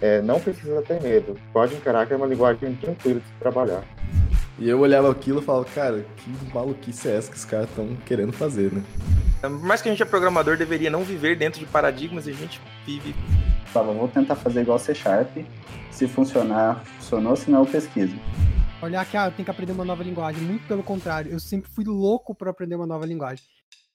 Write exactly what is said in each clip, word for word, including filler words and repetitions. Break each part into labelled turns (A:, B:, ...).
A: é, não precisa ter medo. Pode encarar que é uma linguagem tranquila de se trabalhar.
B: E eu olhava aquilo e falava, cara, que maluquice é essa que os caras estão querendo fazer, né?
C: Por mais que a gente é programador, deveria não viver dentro de paradigmas, e a gente vive.
D: Falava, vou tentar fazer igual C Sharp. Se funcionar, funcionou, senão eu pesquiso.
E: Olhar que ah, eu tenho que aprender uma nova linguagem. Muito pelo contrário, eu sempre fui louco para aprender uma nova linguagem.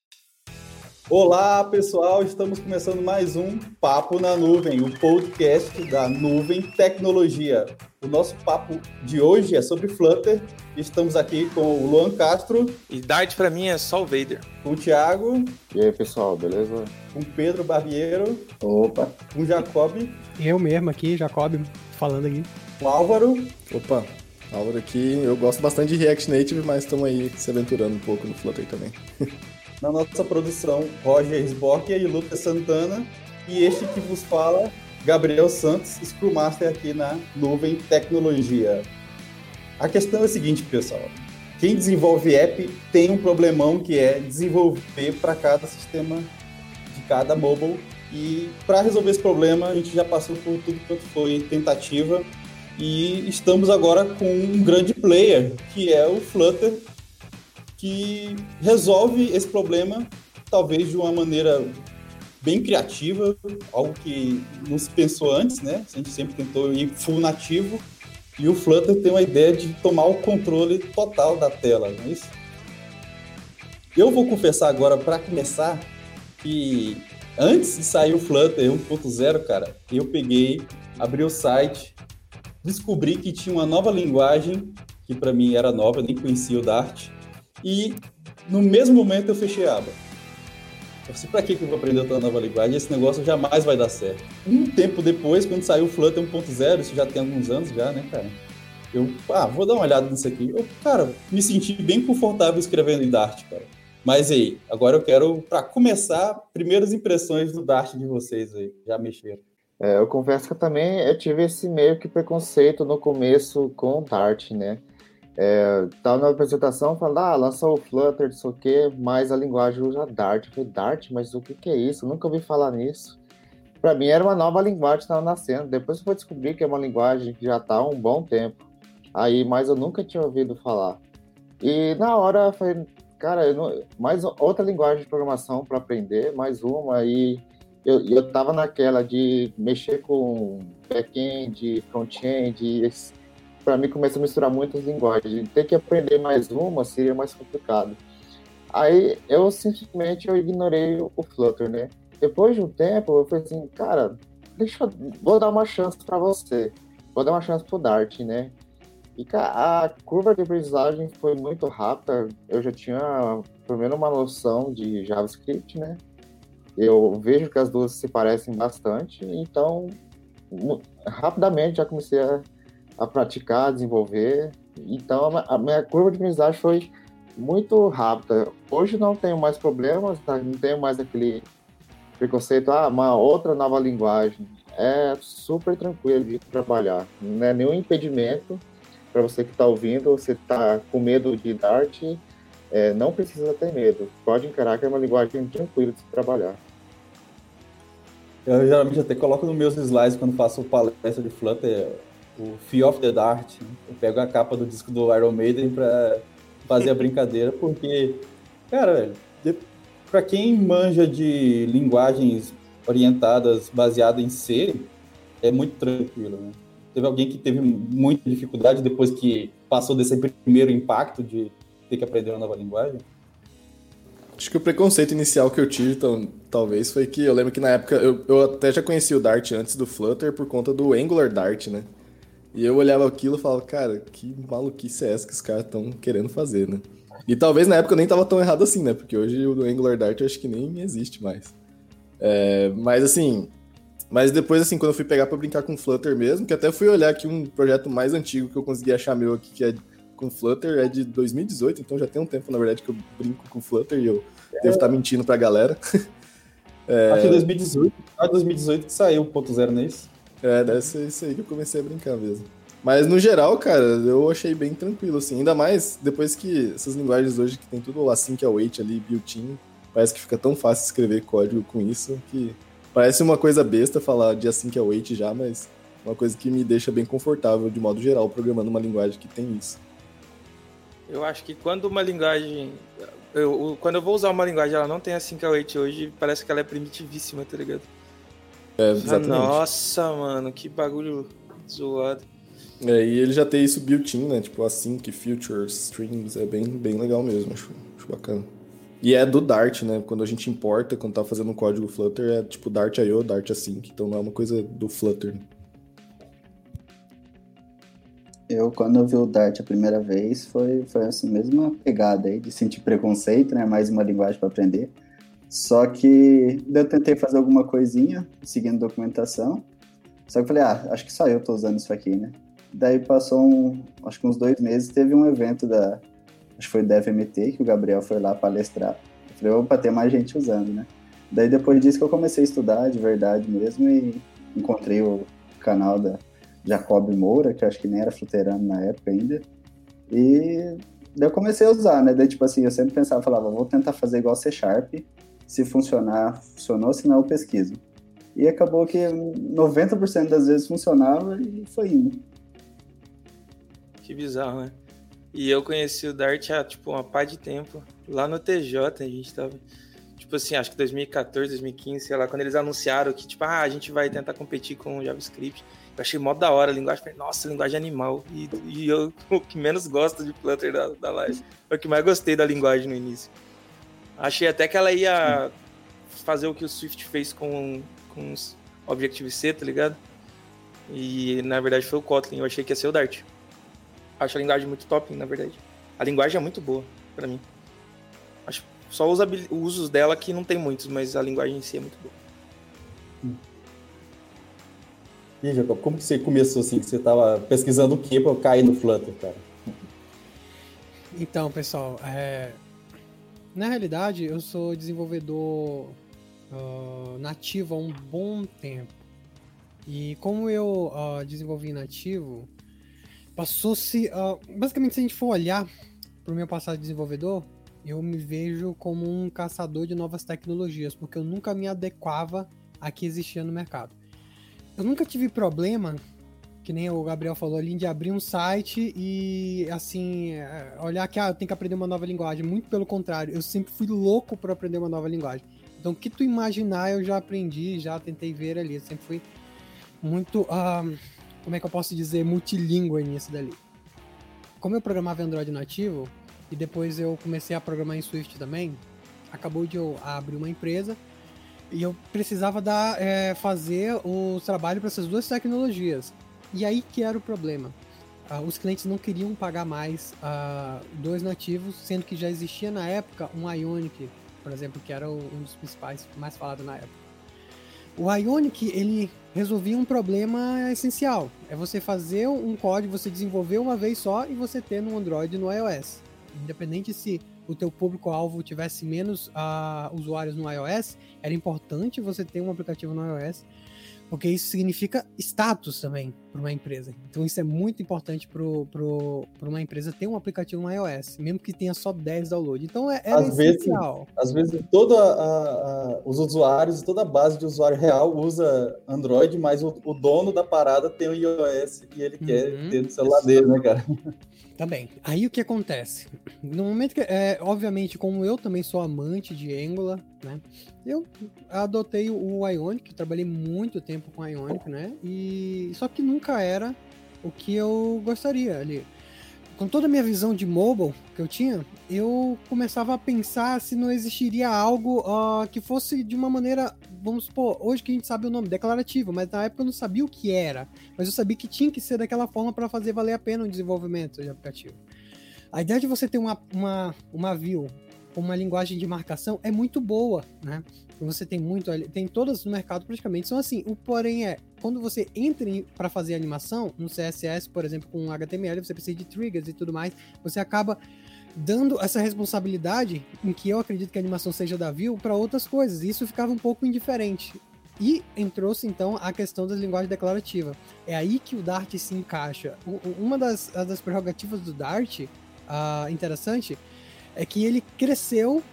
F: Olá, pessoal, estamos começando mais um Papo na Nuvem, o podcast da Nuvem Tecnologia. O nosso papo de hoje é sobre Flutter. Estamos aqui com o Luan Castro.
C: E Dart pra mim é só o Vader.
F: Com o Thiago.
A: E aí, pessoal, beleza?
F: Com o Pedro Barbiero.
D: Opa.
F: Com o Jacob.
E: Eu mesmo aqui, Jacob, falando aqui.
F: Com o Álvaro.
B: Opa, Álvaro aqui. Eu gosto bastante de React Native, mas estamos aí se aventurando um pouco no Flutter também.
F: Na nossa produção, Roger Sborkia e Lucas Santana. E este que vos fala, Gabriel Santos, Scrum Master aqui na Nuvem Tecnologia. A questão é a seguinte, pessoal. Quem desenvolve app tem um problemão que é desenvolver para cada sistema de cada mobile. E para resolver esse problema, a gente já passou por tudo quanto foi tentativa. E estamos agora com um grande player, que é o Flutter, que resolve esse problema, talvez de uma maneira bem criativa, algo que não se pensou antes, né? A gente sempre tentou ir full nativo, e o Flutter tem uma ideia de tomar o controle total da tela, não é isso? Eu vou confessar agora, para começar, que antes de sair o Flutter um ponto zero, cara, eu peguei, abri o site, descobri que tinha uma nova linguagem, que para mim era nova, eu nem conhecia o Dart, e no mesmo momento eu fechei a aba. Eu disse, pra que eu vou aprender outra nova linguagem? Esse negócio jamais vai dar certo. Um tempo depois, quando saiu o Flutter um ponto zero, isso já tem alguns anos já, né, cara? Eu, ah, vou dar uma olhada nisso aqui. Eu, cara, me senti bem confortável escrevendo em Dart, cara. Mas aí, agora eu quero, pra começar, primeiras impressões do Dart de vocês aí. Já mexeram?
A: É, eu confesso que eu também eu tive esse meio que preconceito no começo com o Dart, né? É, tava na apresentação falando, ah, lançou o Flutter, não sei o que, mas a linguagem usa Dart. Eu falei, Dart? Mas o que que é isso? Eu nunca ouvi falar nisso. Para mim era uma nova linguagem que estava nascendo. Depois eu fui descobrir que é uma linguagem que já está há um bom tempo. Aí, mas eu nunca tinha ouvido falar. E na hora eu falei, cara, eu não, mais outra linguagem de programação para aprender, mais uma. E eu, eu tava naquela de mexer com back-end, front-end. Para mim começa a misturar muitas linguagens. Ter que aprender mais uma seria mais complicado. Aí eu simplesmente eu ignorei o Flutter, né? Depois de um tempo eu falei assim, cara, deixa eu, vou dar uma chance para você. Vou dar uma chance pro Dart, né? E a curva de aprendizagem foi muito rápida. Eu já tinha pelo menos uma noção de JavaScript, né? Eu vejo que as duas se parecem bastante, então rapidamente já comecei a a praticar, a desenvolver. Então, a minha curva de aprendizagem foi muito rápida. Hoje não tenho mais problemas, tá? Não tenho mais aquele preconceito, ah, uma outra nova linguagem. É super tranquilo de trabalhar. Não é nenhum impedimento para você que está ouvindo, você está com medo de Dart, é, não precisa ter medo. Pode encarar que é uma linguagem tranquila de se trabalhar.
F: Eu geralmente até coloco nos meus slides quando faço palestra de Flutter, o Fear of the Dart. Eu pego a capa do disco do Iron Maiden pra fazer a brincadeira, porque, cara, velho, pra quem manja de linguagens orientadas, baseadas em C, é muito tranquilo, né? Teve alguém que teve muita dificuldade depois que passou desse primeiro impacto de ter que aprender uma nova linguagem?
B: Acho que o preconceito inicial que eu tive, então, talvez, foi que eu lembro que na época eu, eu até já conhecia o Dart antes do Flutter por conta do Angular Dart, né? E eu olhava aquilo e falava, cara, que maluquice é essa que os caras estão querendo fazer, né? E talvez na época eu nem tava tão errado assim, né? Porque hoje o Angular Dart eu acho que nem existe mais. É, mas assim, mas depois assim, quando eu fui pegar pra brincar com Flutter mesmo, que até fui olhar aqui um projeto mais antigo que eu consegui achar meu aqui, que é com Flutter, é de dois mil e dezoito, então já tem um tempo, na verdade, que eu brinco com Flutter e eu é. devo estar mentindo pra galera.
F: É... Acho que dois mil e dezoito, dois mil e dezoito que saiu um ponto zero, não é isso?
B: É, deve ser isso aí que eu comecei a brincar mesmo. Mas, no geral, cara, eu achei bem tranquilo, assim. Ainda mais depois que essas linguagens hoje que tem tudo async await ali, built-in, parece que fica tão fácil escrever código com isso que parece uma coisa besta falar de async await já, mas Uma coisa que me deixa bem confortável, de modo geral, programando uma linguagem que tem isso.
C: Eu acho que quando uma linguagem... Eu, quando eu vou usar uma linguagem ela não tem a cinco A oito hoje, parece que ela é primitivíssima, tá ligado?
B: É, exatamente.
C: Nossa, mano, que bagulho zoado.
B: É, e ele já tem isso built-in, né? Tipo, async, futures, strings, é bem, bem legal mesmo, acho, acho bacana. E é do Dart, né? Quando a gente importa, quando tá fazendo um código Flutter, é tipo Dart I O, Dart Async, então não é uma coisa do Flutter.
D: Eu, quando eu vi o Dart a primeira vez, foi, foi essa mesma pegada aí de sentir preconceito, né? Mais uma linguagem para aprender. Só que eu tentei fazer alguma coisinha, seguindo documentação. Só que eu falei, ah, acho que só eu tô usando isso aqui, né? Daí passou, um, acho que uns dois meses, teve um evento da, acho que foi Dev M T, que o Gabriel foi lá palestrar. Eu falei, opa, ter mais gente usando, né? Daí depois disso que eu comecei a estudar de verdade mesmo e encontrei o canal da Jacob Moura, que eu acho que nem era fluterano na época ainda. E daí eu comecei a usar, né? Daí, tipo assim, eu sempre pensava, falava, vou tentar fazer igual C Sharp. Se funcionar, funcionou, se não, eu pesquiso. E acabou que noventa por cento das vezes funcionava e foi indo.
C: Que bizarro, né? E eu conheci o Dart há, tipo, uma pá de tempo. Lá no T J, a gente tava... Tipo assim, acho que dois mil e quatorze, dois mil e quinze, sei lá, quando eles anunciaram que, tipo, ah, a gente vai tentar competir com o JavaScript. Eu achei mó da hora a linguagem. Falei, nossa, linguagem animal. E, e eu, o que menos gosto de Flutter da, da live. Foi o que mais gostei da linguagem no início. Achei até que ela ia fazer o que o Swift fez com, com os Objective-C, tá ligado? E, na verdade, foi o Kotlin. Eu achei que ia ser o Dart. Acho a linguagem muito top, na verdade. A linguagem é muito boa, pra mim. Acho só os habil- usos dela que não tem muitos, mas a linguagem em si é muito boa.
F: E aí, Jacob, como que você começou assim? Você tava pesquisando o que pra eu cair no Flutter, cara?
E: Então, pessoal, é... na realidade, eu sou desenvolvedor uh, nativo há um bom tempo. E como eu uh, desenvolvi nativo, passou-se... Uh, basicamente, se a gente for olhar para o meu passado de desenvolvedor, eu me vejo como um caçador de novas tecnologias, porque eu nunca me adequava a que existia no mercado. Eu nunca tive problema, que nem o Gabriel falou ali, de abrir um site e, assim, olhar que ah, eu tenho que aprender uma nova linguagem. Muito pelo contrário, eu sempre fui louco por aprender uma nova linguagem. Então, o que tu imaginar, eu já aprendi, já tentei ver ali. Eu sempre fui muito, uh, como é que eu posso dizer, multilíngua nisso dali. Como eu programava em Android nativo, e depois eu comecei a programar em Swift também, acabou de eu abrir uma empresa, e eu precisava dar, é, fazer o trabalho para essas duas tecnologias. E aí que era o problema. Uh, os clientes não queriam pagar mais uh, dois nativos, sendo que já existia na época um Ionic, por exemplo, que era o, um dos principais mais falados na época. O Ionic, ele resolvia um problema essencial. É você fazer um código, você desenvolver uma vez só e você ter no Android e no iOS. Independente se o teu público-alvo tivesse menos uh, usuários no iOS, era importante você ter um aplicativo no iOS, porque isso significa status também para uma empresa. Então isso é muito importante para uma empresa ter um aplicativo no iOS, mesmo que tenha só dez downloads. Então é, era
F: às
E: essencial.
F: Vezes, às vezes todos os usuários, toda a base de usuário real usa Android, mas o, o dono da parada tem o iOS e ele uhum. quer ter no celular dele, né, cara?
E: Também. Aí o que acontece? No momento que, é, obviamente, como eu também sou amante de Angular, né? Eu adotei o Ionic, trabalhei muito tempo com Ionic, né? E só que nunca era o que eu gostaria ali. Com toda a minha visão de mobile que eu tinha, eu começava a pensar se não existiria algo uh, que fosse de uma maneira, vamos supor, hoje que a gente sabe o nome, declarativo, mas na época eu não sabia o que era, mas eu sabia que tinha que ser daquela forma para fazer valer a pena o desenvolvimento de aplicativo. A ideia de você ter uma, uma, uma view com uma linguagem de marcação é muito boa, né? Você tem muito, tem todas no mercado praticamente são assim. O porém é, quando você entra para fazer animação, no C S S, por exemplo, com H T M L, você precisa de triggers e tudo mais, você acaba dando essa responsabilidade, em que eu acredito que a animação seja da view, para outras coisas, e isso ficava um pouco indiferente. E entrou-se então a questão da linguagem declarativa. É aí que o Dart se encaixa. Uma das, das prerrogativas do Dart, uh, interessante, é que ele cresceu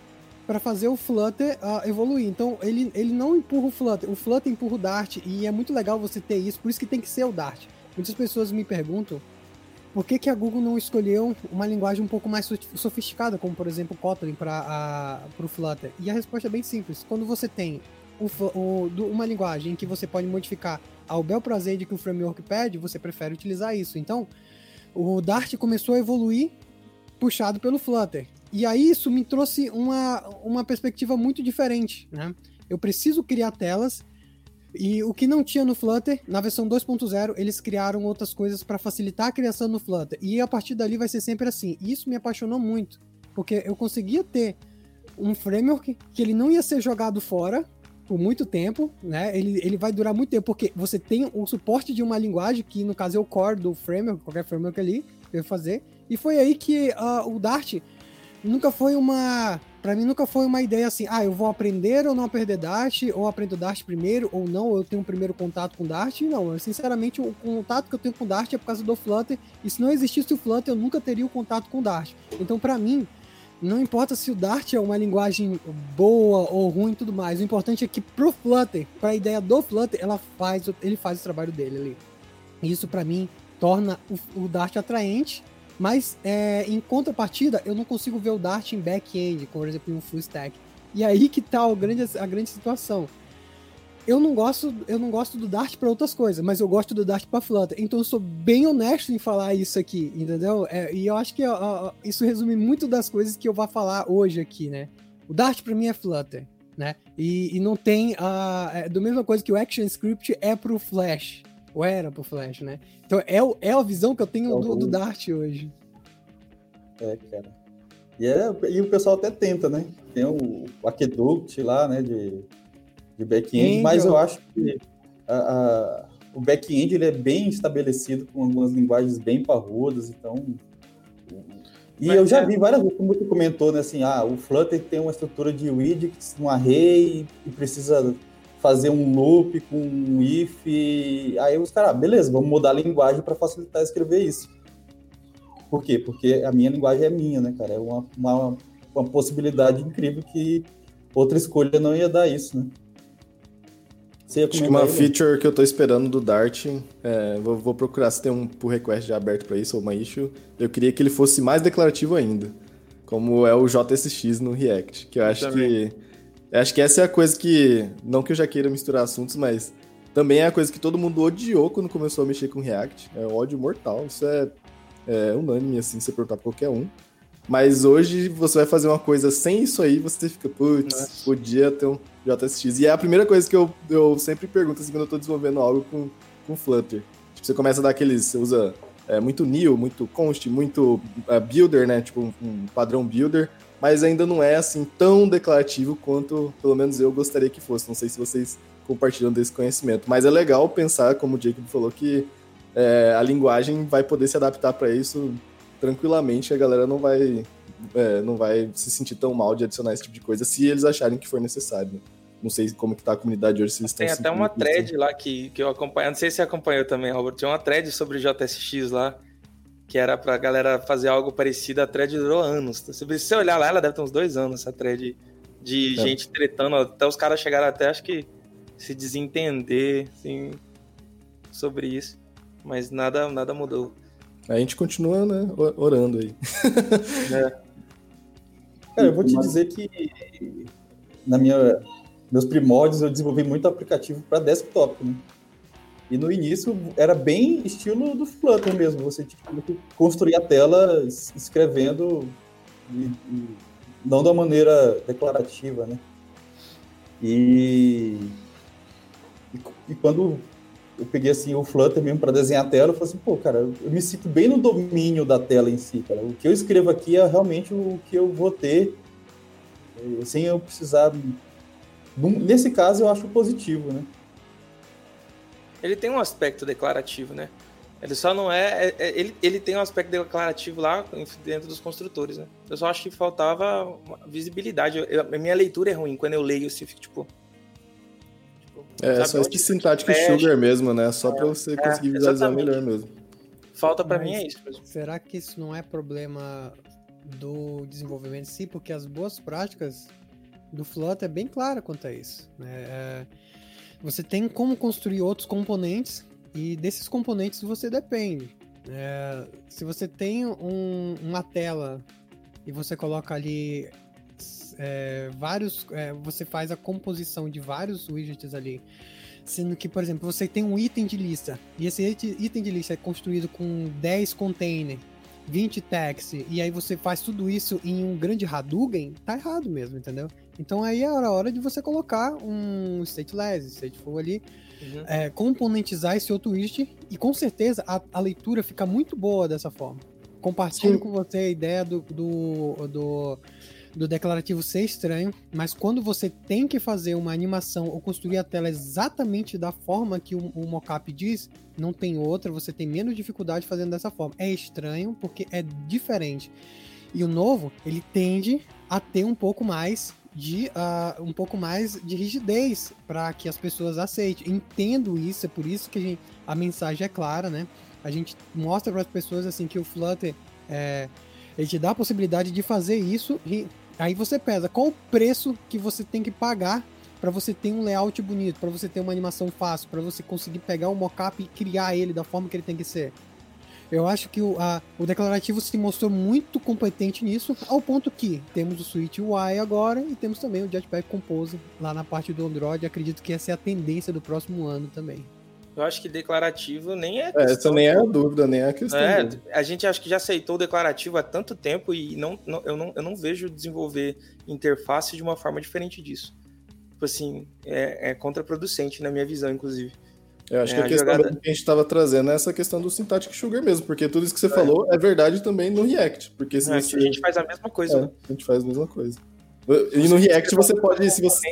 E: para fazer o Flutter uh, evoluir. Então, ele, ele não empurra o Flutter, o Flutter empurra o Dart, e é muito legal você ter isso, por isso que tem que ser o Dart. Muitas pessoas me perguntam por que, que a Google não escolheu uma linguagem um pouco mais sofisticada, como, por exemplo, Kotlin para o Flutter. E a resposta é bem simples. Quando você tem o, o, uma linguagem em que você pode modificar ao bel prazer de que o framework pede, você prefere utilizar isso. Então, o Dart começou a evoluir puxado pelo Flutter. E aí isso me trouxe uma, uma perspectiva muito diferente, né? Eu preciso criar telas, e o que não tinha no Flutter, na versão dois ponto zero, eles criaram outras coisas para facilitar a criação no Flutter. E a partir dali vai ser sempre assim. E isso me apaixonou muito, porque eu conseguia ter um framework que ele não ia ser jogado fora por muito tempo, né? Ele, ele vai durar muito tempo, porque você tem o suporte de uma linguagem, que no caso é o core do framework, qualquer framework ali, que eu ia fazer. E foi aí que uh, o Dart nunca foi uma... Pra mim nunca foi uma ideia assim, ah, eu vou aprender ou não aprender Dart, ou aprendo Dart primeiro, ou não, ou eu tenho um primeiro contato com Dart. Não, eu, sinceramente, o contato que eu tenho com Dart é por causa do Flutter, e se não existisse o Flutter, eu nunca teria o contato com Dart. Então, pra mim, não importa se o Dart é uma linguagem boa ou ruim e tudo mais, o importante é que pro Flutter, pra ideia do Flutter, ela faz, ele faz o trabalho dele ali. E isso, pra mim, torna o, o Dart atraente. Mas, é, em contrapartida, eu não consigo ver o Dart em back-end, por exemplo, em um full stack. E aí que tá a grande, a grande situação. Eu não gosto, eu não gosto do Dart para outras coisas, mas eu gosto do Dart para Flutter. Então eu sou bem honesto em falar isso aqui, entendeu? É, e eu acho que ó, isso resume muito das coisas que eu vou falar hoje aqui, né? O Dart para mim é Flutter, né? E, e não tem a... É do mesma coisa que o ActionScript é pro Flash. Ou era pro Flash, né? Então é, é a visão que eu tenho do, do Dart hoje.
F: É, cara. E, é, e o pessoal até tenta, né? Tem o, o Aqueduct lá, né? De, de back-end, mas eu acho que a, a, o back-end ele é bem estabelecido com algumas linguagens bem parrudas, então... E mas eu já é... vi várias vezes, como você comentou, né? Assim, ah, o Flutter tem uma estrutura de widgets, um array, e precisa... fazer um loop com um if, aí os caras, ah, beleza, vamos mudar a linguagem para facilitar escrever isso. Por quê? Porque a minha linguagem é minha, né, cara? É uma, uma, uma possibilidade incrível que outra escolha não ia dar isso, né?
B: Acho que uma aí, feature né? que eu tô esperando do Dart, é, vou, vou procurar se tem um pull request já aberto para isso, ou uma issue, eu queria que ele fosse mais declarativo ainda, como é o J S X no React, que eu, eu acho também. que... Acho que essa é a coisa que, não que eu já queira misturar assuntos, mas também é a coisa que todo mundo odiou quando começou a mexer com React. É um ódio mortal, isso é, é unânime, assim, você perguntar pra qualquer um. Mas hoje você vai fazer uma coisa sem isso aí, você fica, putz, podia ter um J S X. E é a primeira coisa que eu, eu sempre pergunto, assim, quando eu tô desenvolvendo algo com, com Flutter. Tipo, você começa a dar aqueles, você usa é, muito N I L, muito Const, muito uh, Builder, né, tipo um, um padrão Builder, mas ainda não é assim tão declarativo quanto, pelo menos eu gostaria que fosse. Não sei se vocês compartilham desse conhecimento, mas é legal pensar, como o Jacob falou, que é, a linguagem vai poder se adaptar para isso tranquilamente, a galera não vai, é, não vai se sentir tão mal de adicionar esse tipo de coisa se eles acharem que for necessário. Não sei como que tá a comunidade hoje, se eles
C: Tem
B: estão
C: até uma thread isso. lá que, que eu acompanho, não sei se você acompanhou também, Robert, tinha uma thread sobre J S X lá, que era pra galera fazer algo parecido, a thread durou anos. Se você olhar lá, ela deve ter uns dois anos, essa thread de é. gente tretando, até os caras chegaram até, acho que, se desentender, assim, sobre isso. Mas nada, nada mudou.
B: A gente continua, né, orando aí.
F: É. Cara, eu vou te dizer que na minha, meus primórdios eu desenvolvi muito aplicativo para desktop, né? E no início era bem estilo do Flutter mesmo, você tinha que construir a tela escrevendo e, e não da maneira declarativa, né? E, e, e quando eu peguei assim o Flutter mesmo para desenhar a tela, eu falei assim, pô, cara, eu me sinto bem no domínio da tela em si, cara. O que eu escrevo aqui é realmente o que eu vou ter, sem eu precisar... Nesse caso eu acho positivo, né?
C: Ele tem um aspecto declarativo, né? Ele só não é... é, é ele, ele tem um aspecto declarativo lá dentro dos construtores, né? Eu só acho que faltava visibilidade. Eu, a minha leitura é ruim. Quando eu leio, eu fico tipo...
B: tipo é, sabe, só esse sintático sugar mesmo, né? Só é, pra você é, conseguir visualizar exatamente. melhor mesmo.
C: Falta pra Mas, mim é isso mesmo.
E: Será que isso não é problema do desenvolvimento em si? Porque as boas práticas do Flutter é bem clara quanto a isso, né? É, você tem como construir outros componentes e desses componentes você depende. É, se você tem um, uma tela e você coloca ali é, vários, é, você faz a composição de vários widgets ali, sendo que, por exemplo, você tem um item de lista e esse item de lista é construído com dez containers, vinte tags, e aí você faz tudo isso em um grande Hadouken, tá errado mesmo, entendeu? Então aí é a hora de você colocar um stateless, stateful ali, uhum. é, componentizar esse outro widget, e com certeza a, a leitura fica muito boa dessa forma. Compartilho Sim. com você a ideia do, do, do, do declarativo ser estranho, mas quando você tem que fazer uma animação ou construir a tela exatamente da forma que o, o mockup diz, não tem outra, você tem menos dificuldade fazendo dessa forma. É estranho porque é diferente. E o novo, ele tende a ter um pouco mais de, uh, um pouco mais de rigidez para que as pessoas aceitem. Entendo isso, é por isso que a, gente, a mensagem é clara, né? A gente mostra para as pessoas assim que o Flutter é, ele te dá a possibilidade de fazer isso, e aí você pesa qual o preço que você tem que pagar para você ter um layout bonito, para você ter uma animação fácil, para você conseguir pegar o mockup e criar ele da forma que ele tem que ser. Eu acho que o, a, o declarativo se mostrou muito competente nisso, ao ponto que temos o Switch U I agora e temos também o Jetpack Compose lá na parte do Android. Acredito que essa é a tendência do próximo ano também.
C: Eu acho que declarativo nem é
B: questão. É, essa nem é a dúvida, nem é a questão.
C: É, a gente acho que já aceitou o declarativo há tanto tempo e não, não, eu, não, eu não vejo desenvolver interface de uma forma diferente disso. Tipo assim, é, é contraproducente na minha visão, inclusive.
B: Eu acho
C: é,
B: que a, a questão jogada... que a gente estava trazendo é essa questão do Syntactic Sugar mesmo, porque tudo isso que você é. falou é verdade também no React. Porque se
C: é,
B: você...
C: a gente faz a mesma coisa.
B: É,
C: né?
B: A gente faz a mesma coisa. E no React você pode, se você,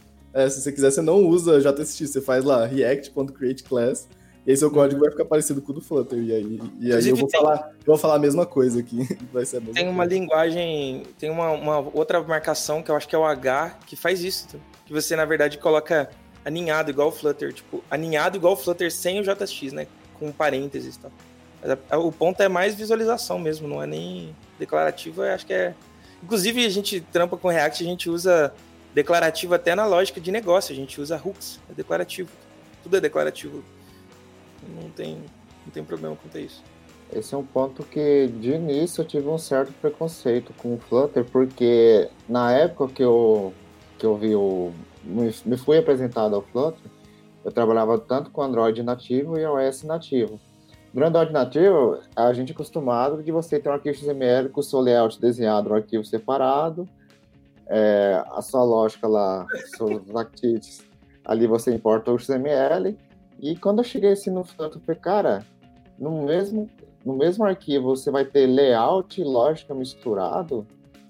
B: é, se você quiser, você não usa J S X, você faz lá react.createClass, e aí seu código vai ficar parecido com o do Flutter. E aí, e aí eu, vou tem... falar, eu vou falar a mesma coisa aqui. Vai ser a mesma
C: tem
B: coisa.
C: Uma linguagem, tem uma, uma outra marcação que eu acho que é o H, que faz isso. Que você, na verdade, coloca aninhado igual o Flutter, tipo, aninhado igual o Flutter sem o J S X, né? Com parênteses e tal. Mas a, a, o ponto é mais visualização mesmo, não é nem declarativo, eu acho que é... Inclusive, a gente trampa com React, a gente usa declarativo até na lógica de negócio, a gente usa hooks, é declarativo. Tudo é declarativo. Não tem, não tem problema quanto a isso.
A: Esse é um ponto que, de início, eu tive um certo preconceito com o Flutter, porque na época que eu, que eu vi o... me fui apresentado ao Flutter, eu trabalhava tanto com Android nativo e iOS nativo. No Android nativo, a gente é acostumado de você ter um arquivo X M L com o seu layout desenhado, um arquivo separado, é, a sua lógica lá, seus activities, ali você importa o X M L, e quando eu cheguei assim no Flutter, eu falei, cara, no mesmo, no mesmo arquivo você vai ter layout e lógica misturado?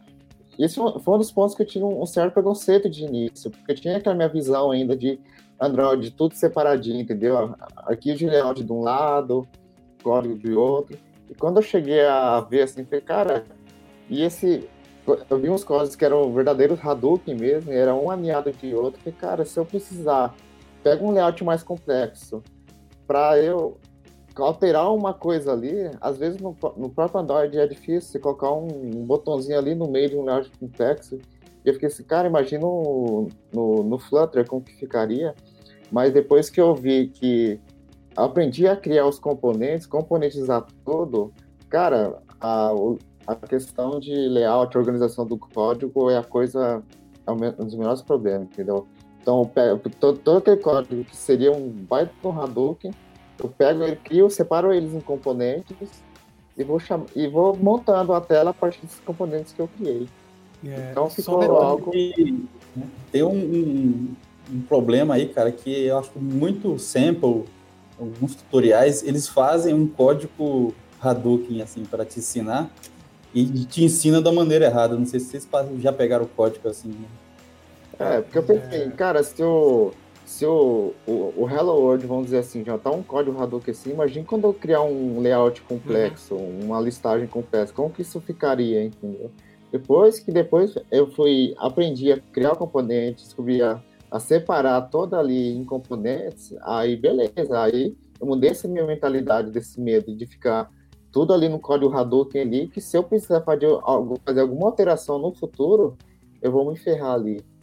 A: Isso foi um dos pontos que eu tive um certo preconceito de início, porque eu tinha aquela minha visão ainda de Android tudo separadinho, entendeu? Arquivo de layout de um lado, código de outro. E quando eu cheguei a ver assim, falei, cara, e esse... Eu vi uns códigos que eram verdadeiros Hadouken mesmo, e era um aninhado de outro. Falei, cara, se eu precisar, pega um layout mais complexo, para eu alterar uma coisa ali, às vezes no, no próprio Android é difícil você colocar um, um botãozinho ali no meio de um layout complexo. E eu fiquei assim, cara, imagina no, no, no Flutter como que ficaria. Mas depois que eu vi que aprendi a criar os componentes, componentizar tudo, cara, a, a questão de layout, organização do código é a coisa, é um dos menores problemas, entendeu? Então, eu pego, todo, todo aquele código que seria um baita do Hadouken, eu pego ele, crio, separo eles em componentes e vou, cham... e vou montando a tela a partir desses componentes que eu criei.
F: É,
A: então, ficou algo...
F: Que, né, tem um, um, um problema aí, cara, que eu acho que muito sample, alguns tutoriais, eles fazem um código Hadouken, assim, para te ensinar e te ensina da maneira errada. Não sei se vocês já pegaram o código assim, né?
A: É, porque eu pensei, é... cara, se o, se o, o, o Hello World, vamos dizer assim, já tá um código Hadouken assim, imagina quando eu criar um layout complexo, uhum. uma listagem complexa, como que isso ficaria, entendeu? Depois que depois eu fui, aprendi a criar componentes, descobri a, a separar toda ali em componentes, aí beleza, aí eu mudei essa minha mentalidade desse medo de ficar tudo ali no código Hadouken ali, que se eu precisar fazer, algo, fazer alguma alteração no futuro, eu vou me ferrar ali.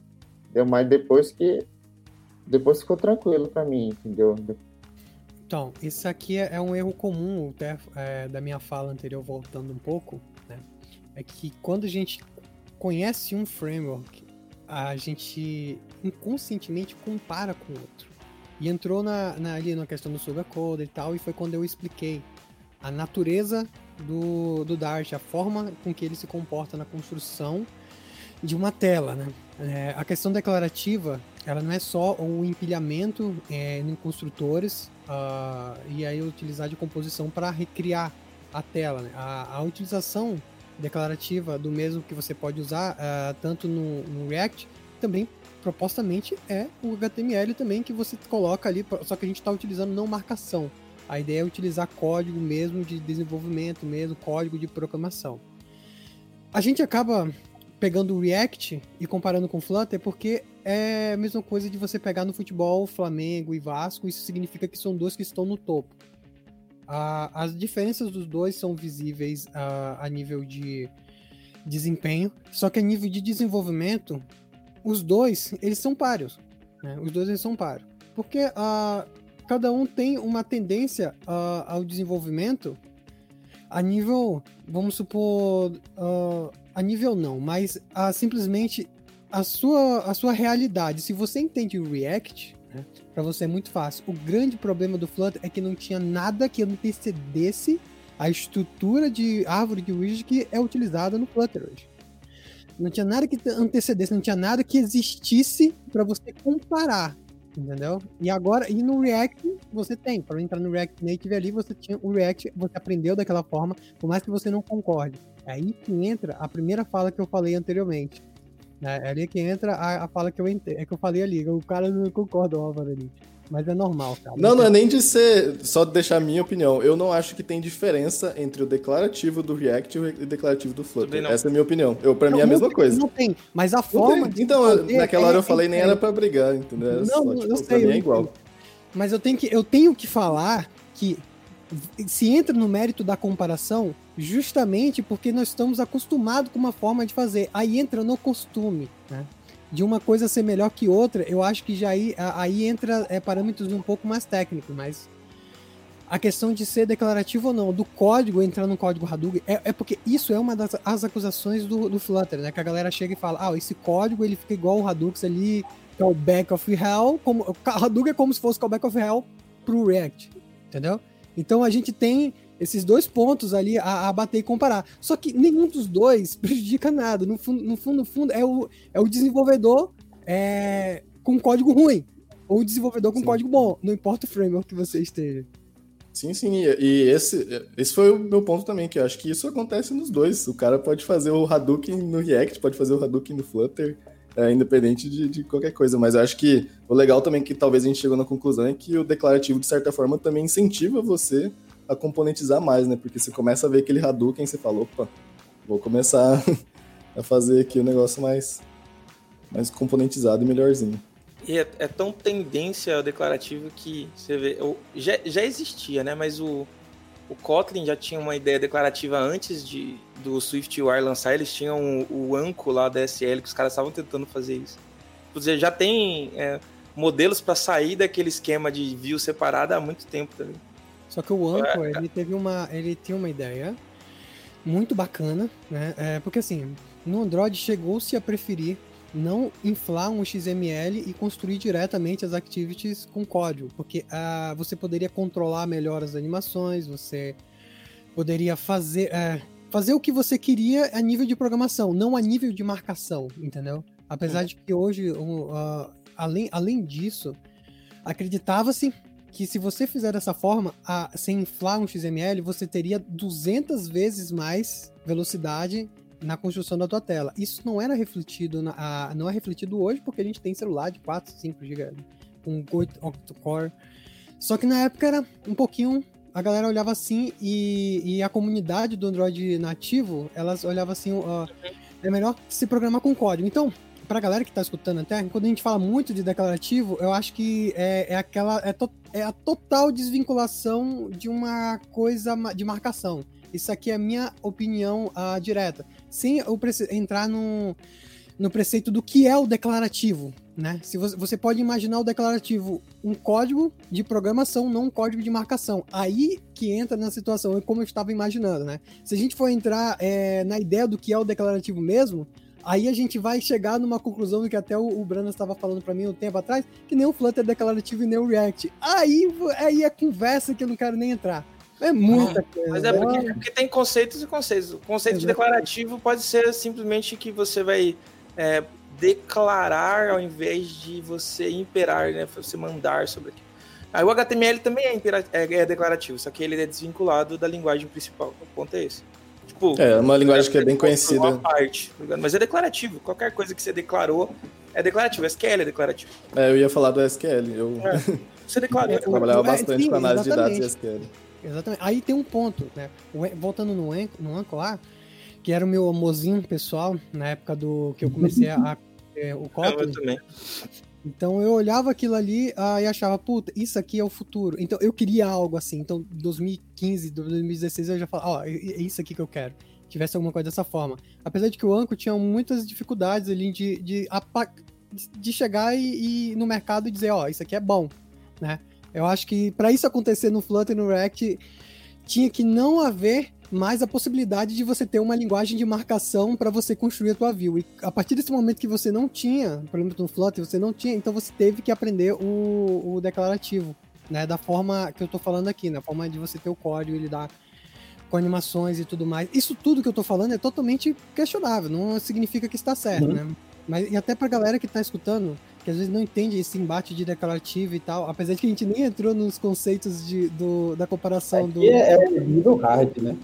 A: entendeu? Mas depois que depois ficou tranquilo para mim, entendeu?
E: Então, isso aqui é um erro comum, até é, da minha fala anterior, voltando um pouco, né? É que quando a gente conhece um framework, a gente inconscientemente compara com o outro. E entrou na, na, ali na questão do pseudocoder e tal, e foi quando eu expliquei a natureza do, do Dart, a forma com que ele se comporta na construção de uma tela, né? É, a questão declarativa, ela não é só o empilhamento é, em construtores uh, e aí utilizar de composição para recriar a tela, né? a, a utilização declarativa do mesmo que você pode usar uh, tanto no, no React, também propostamente é o H T M L também que você coloca ali, só que a gente está utilizando não marcação. A ideia é utilizar código mesmo de desenvolvimento, mesmo código de programação. A gente acaba pegando o React e comparando com o Flutter porque é a mesma coisa de você pegar no futebol Flamengo e Vasco, isso significa que são dois que estão no topo. Ah, as diferenças dos dois são visíveis ah, a nível de desempenho, só que a nível de desenvolvimento, os dois, eles são páreos, né? Os dois eles são páreos, porque ah, cada um tem uma tendência ah, ao desenvolvimento a nível, vamos supor, uh, a nível não, mas uh, simplesmente a sua, a sua realidade. Se você entende o React, né, para você é muito fácil. O grande problema do Flutter é que não tinha nada que antecedesse a estrutura de árvore de widget que é utilizada no Flutter hoje. Não tinha nada que antecedesse, não tinha nada que existisse para você comparar. Entendeu? E agora, e no React você tem, para entrar no React Native ali, você tinha o React, você aprendeu daquela forma, por mais que você não concorde. É aí que entra a primeira fala que eu falei anteriormente. É ali que entra a, a fala que eu, ent... é que eu falei ali. O cara não concorda, Álvaro, ali. Mas é normal, cara.
B: Não, não é nem de ser, só de deixar a minha opinião. Eu não acho que tem diferença entre o declarativo do React e o declarativo do Flutter. Essa é a minha opinião. Eu, pra não, mim é a mesma coisa.
E: Não tem, mas a forma... De
B: então, naquela é, hora eu falei, é, nem é, era pra brigar, entendeu? Era
E: não,
B: só,
E: tipo,
B: eu
E: sei,
B: pra mim é igual.
E: Mas eu tenho, que, eu tenho que falar que se entra no mérito da comparação justamente porque nós estamos acostumados com uma forma de fazer. Aí entra no costume, né? De uma coisa ser melhor que outra, eu acho que já aí, aí entra é, parâmetros um pouco mais técnicos, mas a questão de ser declarativo ou não, do código entrar no código Hadoop, é, é porque isso é uma das as acusações do, do Flutter, né? Que a galera chega e fala, ah, esse código ele fica igual o Hadoop ali, que é o back of hell, como, o Hadoop é como se fosse o back of hell pro React, entendeu? Então a gente tem esses dois pontos ali a, a bater e comparar. Só que nenhum dos dois prejudica nada. No fundo, no fundo, no fundo é, o, é o desenvolvedor é, com código ruim. Ou o desenvolvedor com sim. código bom. Não importa o framework que você esteja.
B: Sim, sim. E esse, esse foi o meu ponto também, que eu acho que isso acontece nos dois. O cara pode fazer o Hadoop no React, pode fazer o Hadoop no Flutter, é, independente de, de qualquer coisa. Mas eu acho que o legal também que talvez a gente chegou na conclusão é que o declarativo, de certa forma, também incentiva você a componentizar mais, né? Porque você começa a ver aquele Hadouken e você fala, opa, vou começar a fazer aqui o um negócio mais, mais componentizado e melhorzinho.
C: E é, é tão tendência ao declarativo que você vê, eu, já, já existia, né? Mas o, o Kotlin já tinha uma ideia declarativa antes de, do SwiftUI lançar, eles tinham o, o Anko lá da S L, que os caras estavam tentando fazer isso. Quer dizer, já tem é, modelos para sair daquele esquema de view separada há muito tempo também.
E: Só que o Anko, é, ele teve uma, ele tinha uma ideia muito bacana, né? É, porque assim, no Android chegou-se a preferir não inflar um X M L e construir diretamente as activities com código, porque uh, você poderia controlar melhor as animações, você poderia fazer, uh, fazer o que você queria a nível de programação, não a nível de marcação, entendeu? Apesar uhum. de que hoje, uh, além, além disso, acreditava-se que se você fizer dessa forma, a, sem inflar um X M L, você teria duzentas vezes mais velocidade na construção da tua tela. Isso não era refletido, na, a, não é refletido hoje, porque a gente tem celular de quatro, cinco gigas, com oito octa-core. Só que na época era um pouquinho, a galera olhava assim, e, e a comunidade do Android nativo, elas olhavam assim, uh, é melhor se programar com código. Então, pra galera que tá escutando até, quando a gente fala muito de declarativo, eu acho que é, é aquela, é, to, é a total desvinculação de uma coisa de marcação. Isso aqui é a minha opinião uh, direta. Sem eu entrar num, no preceito do que é o declarativo, né? Se você, você pode imaginar o declarativo um código de programação, não um código de marcação. Aí que entra na situação, como eu estava imaginando, né? Se a gente for entrar é, na ideia do que é o declarativo mesmo, aí a gente vai chegar numa conclusão do que até o, o Brandon estava falando para mim um tempo atrás, que nem o Flutter é declarativo e nem o React. Aí, aí é conversa que eu não quero nem entrar. É muita coisa.
C: Mas é porque, é porque tem conceitos e conceitos. O conceito de declarativo pode ser simplesmente que você vai é, declarar ao invés de você imperar, né? Você mandar sobre aquilo. Aí o H T M L também é, impera- é, é declarativo, só que ele é desvinculado da linguagem principal. O ponto é esse. Tipo,
B: é uma linguagem que é bem conhecida.
C: Parte, mas é declarativo. Qualquer coisa que você declarou é declarativo. O S Q L é declarativo.
B: É, eu ia falar do S Q L. Eu,
C: é. Você declarou.
B: eu trabalhava
E: é,
B: bastante
E: sim,
B: com análise
E: exatamente.
B: de dados e S Q L.
E: Exatamente. Aí tem um ponto, né? Voltando no Anchor, no Anchor lá, que era o meu amorzinho pessoal, na época do que eu comecei a, a é, o Kotlin.
C: Eu também.
E: Então eu olhava aquilo ali ah, e achava, puta, isso aqui é o futuro. Então eu queria algo assim. Então dois mil e quinze, dois mil e dezesseis eu já falava, ó, oh, é isso aqui que eu quero. Tivesse alguma coisa dessa forma. Apesar de que o Anchor tinha muitas dificuldades ali de, de, de chegar e, e no mercado e dizer, ó, oh, isso aqui é bom, né? Eu acho que para isso acontecer no Flutter e no React, tinha que não haver mais a possibilidade de você ter uma linguagem de marcação para você construir a tua view. E a partir desse momento que você não tinha, por exemplo, no Flutter, você não tinha, então você teve que aprender o, o declarativo, né? Da forma que eu tô falando aqui, na forma de você ter o código e lidar com animações e tudo mais. Isso tudo que eu tô falando é totalmente questionável, não significa que está certo, uhum. né? Mas, e até pra galera que tá escutando, que às vezes não entende esse embate de declarativo e tal, apesar de que a gente nem entrou nos conceitos de, do, da comparação
F: aqui
E: do...
F: é o nível hard, né?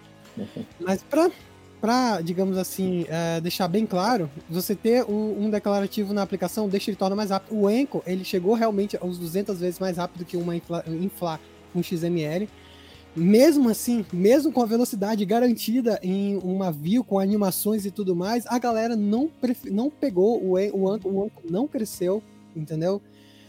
E: Mas pra, pra digamos assim, é, deixar bem claro, você ter o, um declarativo na aplicação deixa ele torna mais rápido. O Anchor, ele chegou realmente aos duzentas vezes mais rápido que uma infla, infla um X M L. Mesmo assim, mesmo com a velocidade garantida em uma view, com animações e tudo mais, a galera não, pref... não pegou o Anchor, o Anchor não cresceu, entendeu?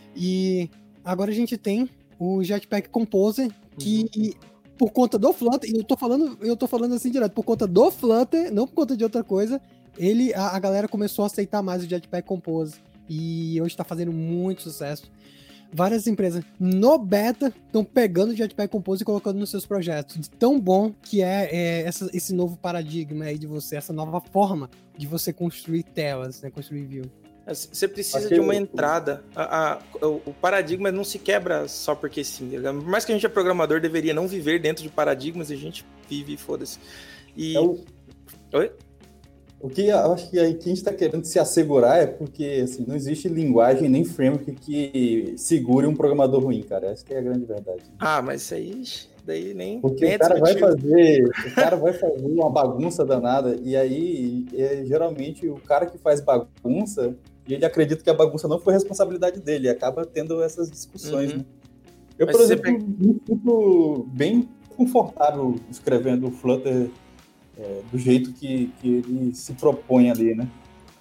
E: E agora a gente tem o Jetpack Composer, que uhum. por conta do Flutter, e eu tô falando, eu tô falando assim direto, por conta do Flutter, não por conta de outra coisa, ele, a, a galera começou a aceitar mais o Jetpack Composer, e hoje tá fazendo muito sucesso. Várias empresas no beta estão pegando o Jetpack Compose e colocando nos seus projetos. De tão bom que é, é essa, esse novo paradigma aí de você, essa nova forma de você construir telas, né, construir view.
C: Você precisa de uma eu... entrada. A, a, o paradigma não se quebra só porque sim. Por mais que a gente é programador, deveria não viver dentro de paradigmas, a gente vive e foda-se. E...
F: É o...
C: Oi?
F: O que eu acho que a gente está querendo se assegurar é porque assim, não existe linguagem nem framework que segure um programador ruim, cara. Essa que é a grande verdade.
C: Ah, mas isso aí daí nem.
F: Porque
C: nem
F: o cara vai fazer, o cara vai fazer uma bagunça danada, e aí é, geralmente o cara que faz bagunça, ele acredita que a bagunça não foi responsabilidade dele, e acaba tendo essas discussões, uhum. né? Eu, mas por exemplo, pega... me sinto bem confortável escrevendo o Flutter. É, do jeito que, que ele se propõe ali, né?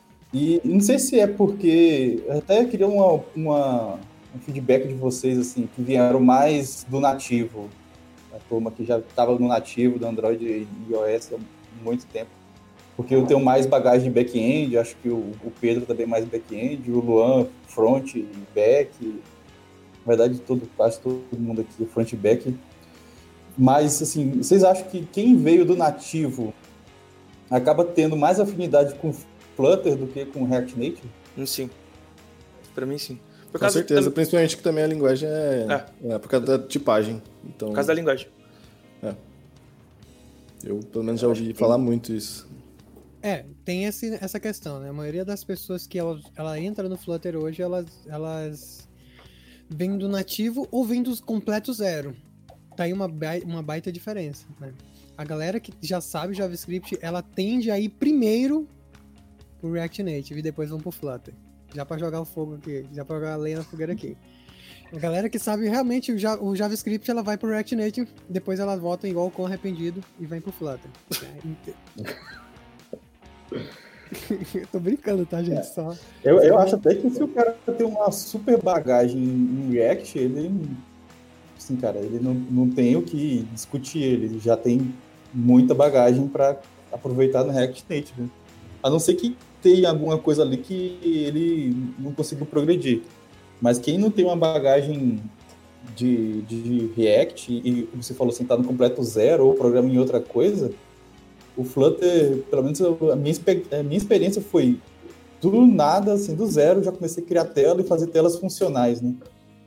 F: E não sei se é porque... Eu até queria uma, uma, um feedback de vocês, assim, que vieram mais do nativo. A turma que já estava no nativo do Android e iOS há muito tempo. Porque eu tenho mais bagagem de back-end, acho que o, o Pedro também mais back-end, o Luan front e back. Na verdade, todo, quase todo mundo aqui front e back. Mas, assim, vocês acham que quem veio do nativo acaba tendo mais afinidade com Flutter do que com React Native?
C: Sim. Pra mim, sim.
B: Por com certeza, de... principalmente que também a linguagem é... É. é por causa da tipagem. Então...
C: Por causa da linguagem.
B: É. Eu, pelo menos, já ouvi falar tem... muito isso.
E: É, tem esse, essa questão, né? A maioria das pessoas que ela, ela entra no Flutter hoje, elas, elas vêm do nativo ou vêm do completo zero. Tá aí uma, uma baita diferença, né? A galera que já sabe JavaScript, ela tende a ir primeiro pro React Native e depois vão pro Flutter. Já pra jogar o fogo aqui, já pra jogar a lenha na fogueira aqui. A galera que sabe realmente o, o JavaScript, ela vai pro React Native, depois ela volta igual com arrependido e vai pro Flutter. Tô brincando, tá, gente? É. Só...
F: Eu, eu acho até que se o cara tem uma super bagagem em React, ele... Assim, cara, ele não, não tem o que discutir, ele já tem muita bagagem para aproveitar no React Native. A não ser que tem alguma coisa ali que ele não conseguiu progredir. Mas quem não tem uma bagagem de, de React e, como você falou, assim, tá no completo zero ou programa em outra coisa, o Flutter, pelo menos a minha, a minha experiência foi do nada, assim, do zero, já comecei a criar tela e fazer telas funcionais, né?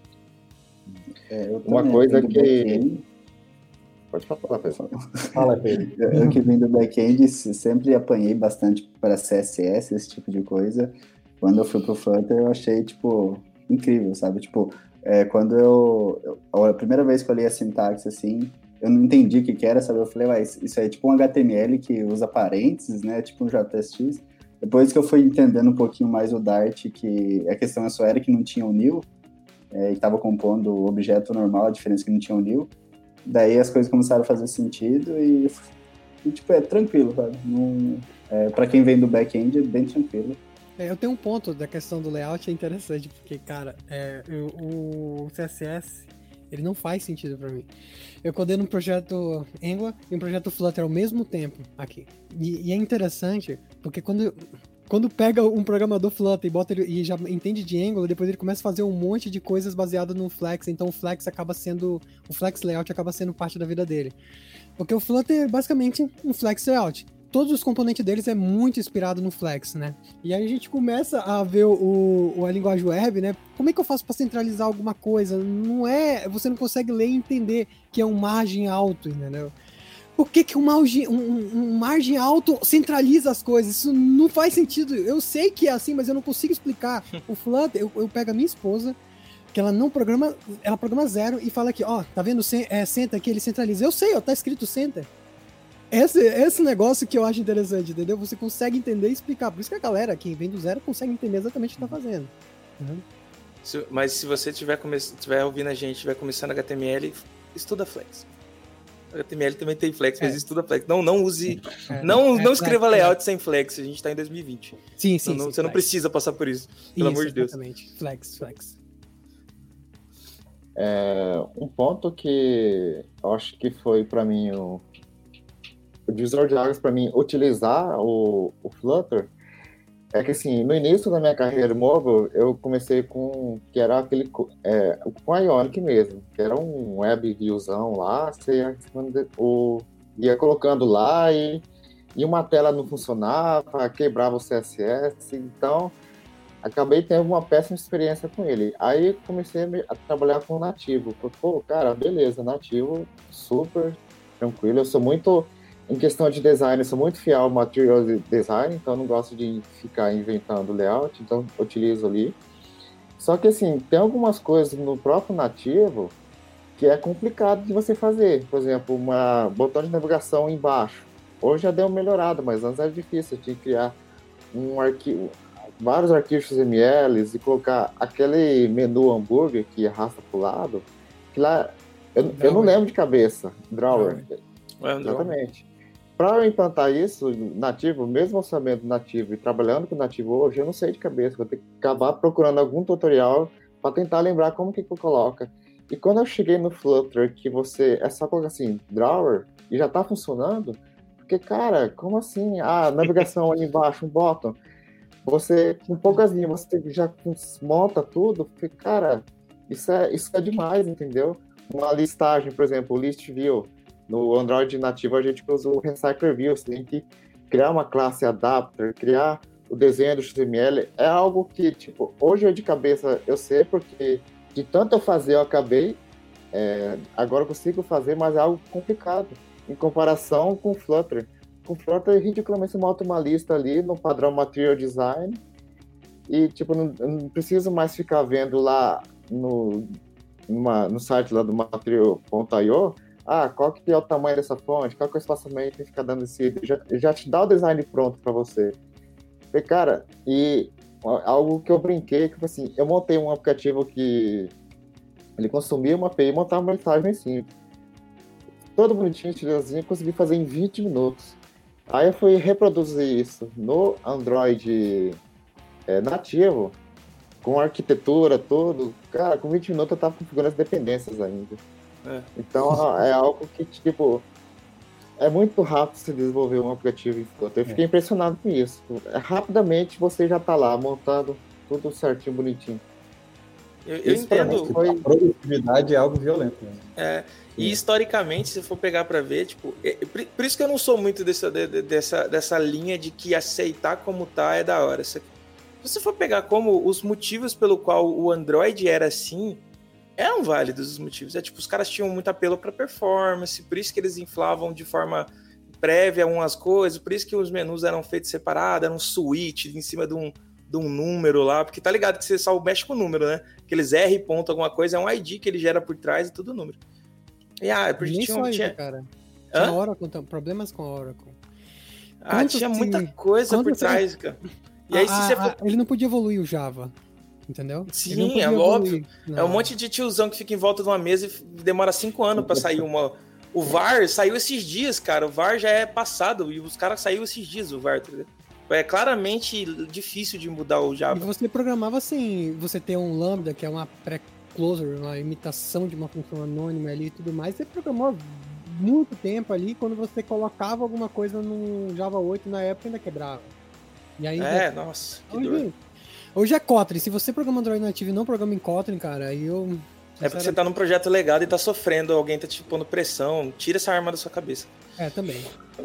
D: É, eu
A: Uma
D: também,
A: coisa
D: eu venho do
A: que-
D: back-end.
A: Pode falar, pessoal.
F: Fala, Pedro.
D: Eu, eu que vim do back-end sempre apanhei bastante para C S S, esse tipo de coisa. Quando eu fui pro Flutter, eu achei, tipo, incrível, sabe? Tipo, é, quando eu, eu... A primeira vez que eu li a sintaxe, assim, eu não entendi o que que era, sabe? Eu falei, ué, isso aí é tipo um H T M L que usa parênteses, né? Tipo um J S X. Depois que eu fui entendendo um pouquinho mais o Dart, que a questão só era que não tinha o nil, é, e estava compondo o objeto normal, a diferença é que não tinha o nil. Daí as coisas começaram a fazer sentido e, e tipo, é tranquilo, sabe? Não, é, para quem vem do back-end, é bem tranquilo.
E: É, eu tenho um ponto da questão do layout, é interessante, porque, cara, é, eu, o C S S, ele não faz sentido pra mim. Eu codei num projeto Angular e um projeto Flutter ao mesmo tempo aqui. E, e é interessante, porque quando, quando pega um programador Flutter e, bota ele, e já entende de Angular, depois ele começa a fazer um monte de coisas baseado no Flex, então o Flex acaba sendo, o Flex Layout acaba sendo parte da vida dele. Porque o Flutter é basicamente um Flex Layout. Todos os componentes deles é muito inspirado no Flex, né? E aí a gente começa a ver o, o, a linguagem web, né? Como é que eu faço para centralizar alguma coisa? Não é... Você não consegue ler e entender que é um margem alto, entendeu? Por que, que um, margem, um, um margem alto centraliza as coisas? Isso não faz sentido. Eu sei que é assim, mas eu não consigo explicar. O Flutter, eu, eu pego a minha esposa, que ela não programa, ela programa zero e fala aqui, ó, tá vendo é, center aqui, ele centraliza. Eu sei, ó, tá escrito center. Esse, esse negócio que eu acho interessante, entendeu? Você consegue entender e explicar. Por isso que a galera, quem vem do zero, consegue entender exatamente o que tá fazendo. Uhum.
C: Se, mas se você estiver come, ouvindo a gente, estiver começando H T M L, estuda Flex. H T M L também tem Flex, mas é. estuda Flex. Não, não use... É, não, é, não escreva flex, layout é. sem Flex. A gente tá em dois mil e vinte.
E: Sim, sim,
C: não,
E: sim,
C: Você flex. Não precisa passar por isso, pelo
E: isso,
C: amor de Deus.
E: Exatamente. Flex, Flex.
A: É, um ponto que eu acho que foi para mim o... o divisor de águas para mim utilizar o, o Flutter é que, assim, no início da minha carreira mobile, eu comecei com, que era aquele, é, com Ionic mesmo, que era um web viewzão lá, você ia, o, ia colocando lá e, e uma tela não funcionava, quebrava o C S S, então acabei tendo uma péssima experiência com ele. Aí comecei a trabalhar com nativo, pô, cara, beleza, nativo, super tranquilo, eu sou muito... Em questão de design, eu sou muito fiel ao material design, então não gosto de ficar inventando layout, então utilizo ali. Só que, assim, tem algumas coisas no próprio nativo que é complicado de você fazer. Por exemplo, um botão de navegação embaixo. Hoje já deu uma melhorada, mas antes era difícil. Eu tinha que criar um arquivo, vários arquivos X M L e colocar aquele menu hambúrguer que arrasta para o lado. Que lá, eu, eu não lembro de cabeça. Drawer.
C: É,
A: Exatamente. Para eu implantar isso nativo, mesmo sabendo nativo e trabalhando com nativo hoje, eu não sei de cabeça, vou ter que acabar procurando algum tutorial para tentar lembrar como que, que eu coloco. E quando eu cheguei no Flutter, que você é só colocar assim, drawer, e já tá funcionando, porque, cara, como assim? Ah, navegação ali embaixo, um bottom. Você, com poucas linhas, você já monta tudo, porque, cara, isso é, isso é demais, entendeu? Uma listagem, por exemplo, o list view. No Android nativo, a gente usa o Recycler View, você tem que criar uma classe adapter, criar o desenho do X M L. É algo que, tipo, hoje eu de cabeça eu sei, porque de tanto eu fazer eu acabei, é, agora eu consigo fazer, mas é algo complicado, em comparação com o Flutter. Com o Flutter, ridiculamente, você monta uma lista ali no padrão Material Design e, tipo, não, não preciso mais ficar vendo lá no, numa, no site lá do material ponto i o ah, qual que é o tamanho dessa fonte, qual que é o espaçamento que fica dando esse... Já, já te dá o design pronto para você. E, cara, e algo que eu brinquei, que assim, eu montei um aplicativo que ele consumia uma A P I e montava uma mensagem simples. Todo bonitinho, estilosinho, consegui fazer em vinte minutos. Aí eu fui reproduzir isso no Android é, nativo, com arquitetura, tudo. Cara, com vinte minutos eu tava configurando as dependências ainda. É. Então é algo que, tipo, é muito rápido se desenvolver um aplicativo em Flutter. Eu fiquei
F: É.
A: impressionado com isso. Rapidamente você já tá lá, montando tudo certinho, bonitinho.
C: Eu, eu
A: Isso pra mim
C: entendo.
A: foi-
F: A produtividade é algo violento mesmo.
C: É, e historicamente, se for pegar pra ver, tipo, é, é por por isso que eu não sou muito dessa, de- de- dessa, dessa linha de que aceitar como tá é da hora. Se você for pegar como os motivos pelo qual o Android era assim, eram válidos os motivos. É tipo, os caras tinham muito apelo pra performance, por isso que eles inflavam de forma prévia algumas coisas, por isso que os menus eram feitos separados, era um switch em cima de um, de um número lá, porque tá ligado que você só mexe com o número, né? Aqueles R ponto alguma coisa, é um I D que ele gera por trás e tudo número. E ah, porque
E: Nem
C: tinha,
E: só isso,
C: tinha,
E: cara.
C: Hã?
E: Tinha Oracle, tam- problemas com a Oracle.
C: ah,
E: Quanto
C: tinha
E: se-
C: muita coisa
E: quanto
C: por
E: se-
C: trás, cara. E aí,
E: A-
C: se você
E: a-
C: for...
E: a- ele não podia evoluir o Java, entendeu?
C: Sim,
E: Ele não podia
C: é
E: evoluir,
C: óbvio.
E: não.
C: É um monte de tiozão que fica em volta de uma mesa e demora cinco anos pra sair uma... O V A R saiu esses dias, cara. O V A R já é passado e os caras saíram esses dias, o V A R. Tá ligado? É claramente difícil de mudar o
E: E
C: Java.
E: você programava assim, você tem um Lambda, que é uma pré-closure, uma imitação de uma função anônima ali e tudo mais, você programou muito tempo ali, quando você colocava alguma coisa no Java oito, na época ainda quebrava. E aí,
C: É, nossa, que dor.
E: hoje, hoje é Kotlin, se você programa Android nativo e não programa em Kotlin, cara, aí eu...
C: É porque você tá num projeto legado e tá sofrendo, alguém tá te pondo pressão. Tira essa arma da sua cabeça.
E: É, também.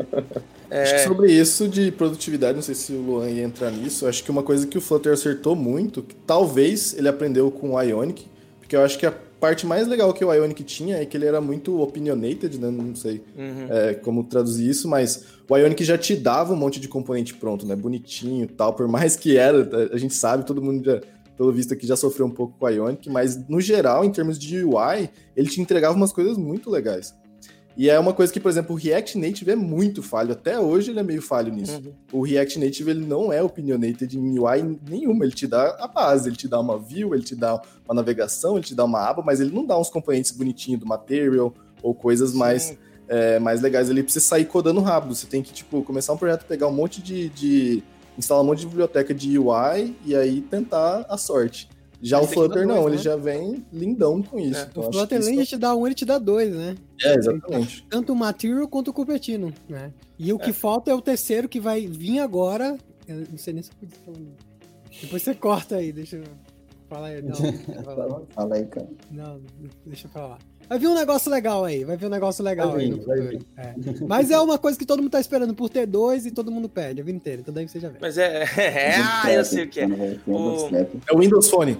B: Acho que sobre isso de produtividade, não sei se o Luan ia entrar nisso, acho que uma coisa que o Flutter acertou muito, que talvez ele aprendeu com o Ionic, porque eu acho que a parte mais legal que o Ionic tinha é que ele era muito opinionated, né? Não sei
C: Uhum.
B: é, como traduzir isso, mas o Ionic já te dava um monte de componente pronto, né? Bonitinho e tal, por mais que era, a gente sabe, todo mundo já, pelo visto aqui, já sofreu um pouco com o Ionic, mas no geral, em termos de U I, ele te entregava umas coisas muito legais. E é uma coisa que, por exemplo, o React Native é muito falho. Até hoje ele é meio falho nisso.
C: Uhum.
B: O React Native ele não é opinionated em U I nenhuma. Ele te dá a base, ele te dá uma view, ele te dá uma navegação, ele te dá uma aba, mas ele não dá uns componentes bonitinhos do material ou coisas mais, é, mais legais. Ele precisa sair codando rápido. Você tem que tipo, começar um projeto, pegar um monte de, de... instalar um monte de biblioteca de U I e aí tentar a sorte. Já
E: Mas
B: o
E: tem que dar
B: Flutter
E: dois,
B: não,
E: né?
B: ele já vem lindão com isso.
C: É.
B: Então,
E: O
B: acho
E: Flutter,
B: que
E: além de
B: isso...
E: te dar um, ele te dá dois, né?
B: É, exatamente.
E: Tanto o Material quanto o Cupertino, né? E o que
C: É.
E: falta é o terceiro que vai vir agora. Eu não sei nem se eu podia falar. Depois você corta aí, deixa eu falar aí. Não, deixa eu falar.
D: Fala aí, cara.
E: Não, deixa pra lá. Vai vir um negócio legal aí, vai vir um negócio legal
F: Vai
E: aí
F: vir,
E: no
F: vai
E: futuro. É. Mas é uma coisa que todo mundo tá esperando por T dois e todo mundo pede a vida inteira, então daí você já vê.
C: Mas é. é ah, eu sei o que é. O-
B: É o Windows Phone.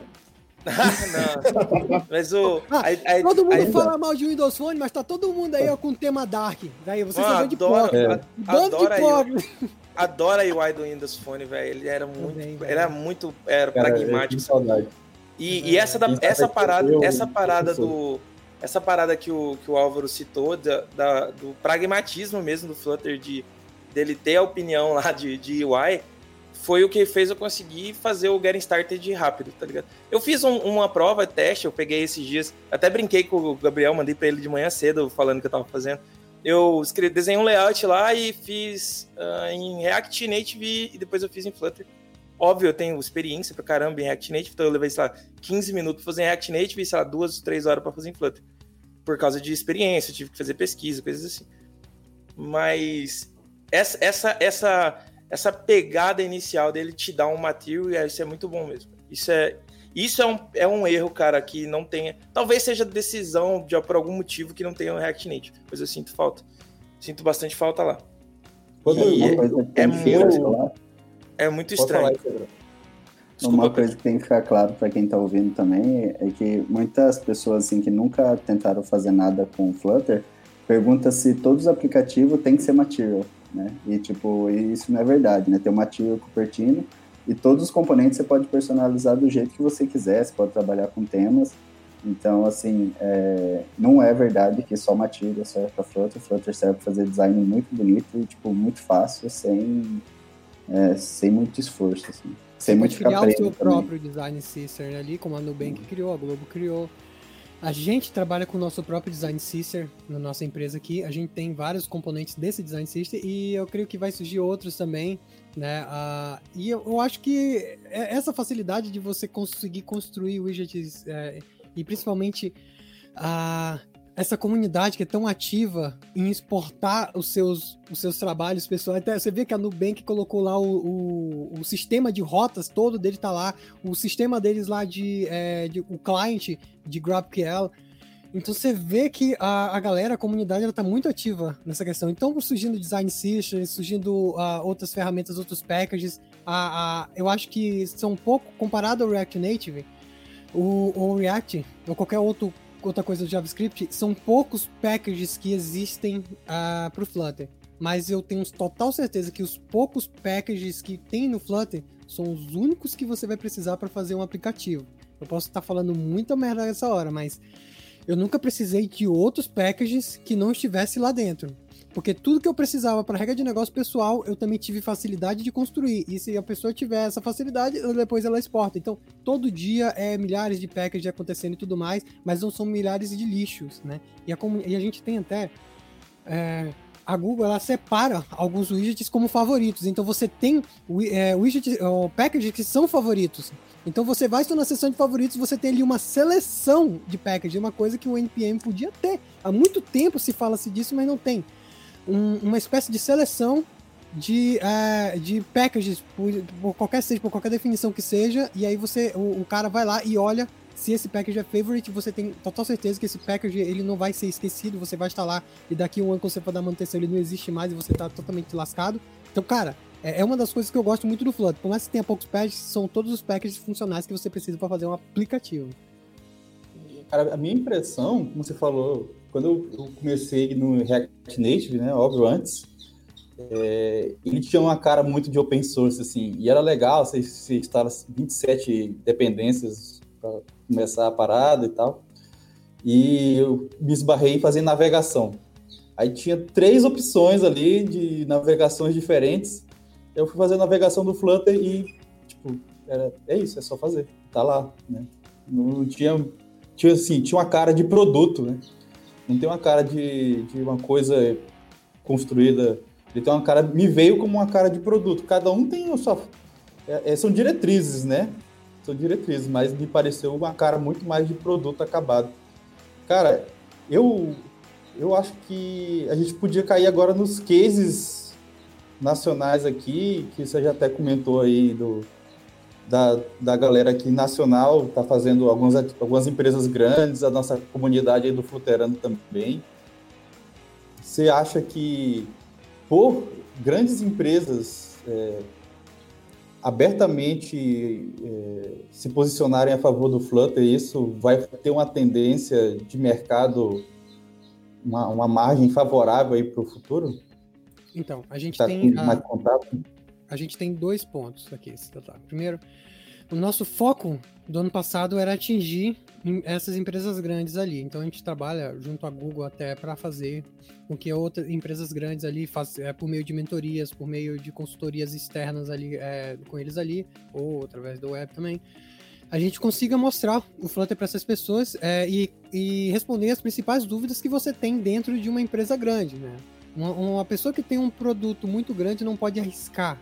C: Não. Mas o.
E: Ah,
C: a- a-
E: todo mundo
C: a-
E: fala mal de Windows Phone, mas tá todo mundo aí ó, com tema Dark. Daí você
C: Mano,
E: só vê de
C: adoro,
E: pobre.
F: É.
C: a-
E: Bando de
C: adoro a
E: pobre.
C: Adoro a U I do Windows Phone, velho. Ele era muito.
E: Também,
C: ele
E: velho.
C: era muito era
F: Cara, eu
C: pragmático.
F: tenho saudade.
C: E, e essa, da-
F: Isso
C: essa
F: vai
C: parada,
F: ter o-
C: essa parada
F: o
C: do. Essa parada que o, que o Álvaro citou, da, da- do pragmatismo mesmo do Flutter, de, dele ter a opinião lá de, de U I, foi o que fez eu conseguir fazer o Getting Started rápido, tá ligado? Eu fiz um- uma prova, teste, eu peguei esses dias, até brinquei com o Gabriel, mandei pra ele de manhã cedo, falando que eu tava fazendo. Eu escrevi, desenhei um layout lá e fiz ah, em React Native e depois eu fiz em Flutter. Óbvio, eu tenho experiência pra caramba em React Native, então eu levei, sei lá, quinze minutos pra fazer em React Native e, sei lá, duas, três horas pra fazer em Flutter. Por causa de experiência, eu tive que fazer pesquisa, coisas assim. Mas essa, essa, essa, essa pegada inicial dele te dá um material e isso é muito bom mesmo. Isso é, isso é, um, é um erro, cara, que não tenha... Talvez seja decisão de, por algum motivo que não tenha o React Native, mas eu sinto falta. Sinto bastante falta lá.
F: Quando
C: E
F: eu-
C: é-
D: coisa que
C: é
D: tem que
C: muito-
D: ficar claro-
C: É muito
F: Pode falar
C: estranho.
F: aí, Pedro.
C: Desculpa,
D: Uma coisa que tem que ficar claro para quem está ouvindo também é que muitas pessoas assim que nunca tentaram fazer nada com o Flutter perguntam se todos os aplicativos têm que ser Material, né? E tipo, isso não é verdade, né? Tem o Material Cupertino e todos os componentes você pode personalizar do jeito que você quiser, você pode trabalhar com temas. Então, assim, é, não é verdade que só Material serve para Flutter. Flutter serve para fazer design muito bonito e tipo muito fácil, sem é, sem muito esforço, assim. Sem muito
E: Pode
D: ficar
E: criar o
D: preso
E: seu
D: também.
E: próprio design system ali, como a Nubank criou, a Globo criou. A gente trabalha com o nosso próprio design system na nossa empresa aqui. A gente tem vários componentes desse design system e eu creio que vai surgir outros também, né? Ah, e eu, eu acho que essa facilidade de você conseguir construir widgets é, e principalmente a essa comunidade que é tão ativa em exportar os seus, os seus trabalhos pessoais. Até você vê que a Nubank colocou lá o, o, o sistema de rotas todo dele tá lá, o sistema deles lá de, é, de o client de GraphQL. Então você vê que a, a galera, a comunidade, ela tá muito ativa nessa questão. Então surgindo design systems, surgindo uh, outras ferramentas, outros packages. A, a, eu acho que são um pouco, comparado ao React Native, o, o React ou qualquer outro outra coisa do JavaScript, são poucos packages que existem uh, para o Flutter, mas eu tenho total certeza que os poucos packages que tem no Flutter são os únicos que você vai precisar para fazer um aplicativo. Eu posso estar falando muita merda nessa hora, mas eu nunca precisei de outros packages que não estivesse lá dentro. Porque tudo que eu precisava para regra de negócio pessoal, eu também tive facilidade de construir. E se a pessoa tiver essa facilidade, depois ela exporta. Então, todo dia é milhares de packages acontecendo e tudo mais, mas não são milhares de lixos, né? E a, e a gente tem até... É, a Google, ela separa alguns widgets como favoritos. Então, você tem é, widgets, ou packages que são favoritos. Então, você vai na seção de favoritos, você tem ali uma seleção de packages, uma coisa que o N P M podia ter. Há muito tempo se fala-se disso, mas não tem. Um, uma espécie de seleção de, uh, de packages, por, por qualquer seja, por qualquer definição que seja, e aí você, o, o cara vai lá e olha se esse package é favorite, você tem total certeza que esse package ele não vai ser esquecido, você vai instalar e daqui a um ano quando você for dar manutenção ele não existe mais e você está totalmente lascado. Então, cara, é, é uma das coisas que eu gosto muito do Flutter. Por mais que tenha poucos packages, são todos os packages funcionais que você precisa para fazer um aplicativo.
F: Cara, a minha impressão, como você falou, quando eu comecei no React Native, né, óbvio, antes, é, ele tinha uma cara muito de open source, assim, e era legal, você, você instala vinte e sete dependências para começar a parada e tal, e eu me esbarrei em fazer navegação. Aí tinha três opções ali de navegações diferentes, eu fui fazer a navegação do Flutter e, tipo, era, é isso, é só fazer, tá lá, né, não tinha... Tinha, assim, tinha uma cara de produto, né? Não tem uma cara de, de uma coisa construída. Ele tem uma cara... Me veio como uma cara de produto. Cada um tem a sua... É, são diretrizes, né? São diretrizes, mas me pareceu uma cara muito mais de produto acabado. Cara, eu, eu acho que a gente podia cair agora nos cases nacionais aqui, que você já até comentou aí do... Da, da galera aqui nacional, está fazendo algumas, algumas empresas grandes, a nossa comunidade aí do Flutterando também. Você acha que, por grandes empresas é, abertamente é, se posicionarem a favor do Flutter, isso vai ter uma tendência de mercado, uma, uma margem favorável aí para o futuro?
E: Então, a gente
F: tá
E: tem...
F: Com mais contato?
E: A gente tem dois pontos aqui. Primeiro, o nosso foco do ano passado era atingir essas empresas grandes ali. Então a gente trabalha junto à Google até para fazer com que outras empresas grandes ali façam, é, por meio de mentorias, por meio de consultorias externas ali, é, com eles ali, ou através do web também, a gente consiga mostrar o Flutter para essas pessoas é, e, e responder as principais dúvidas que você tem dentro de uma empresa grande, né? Uma, uma pessoa que tem um produto muito grande não pode arriscar.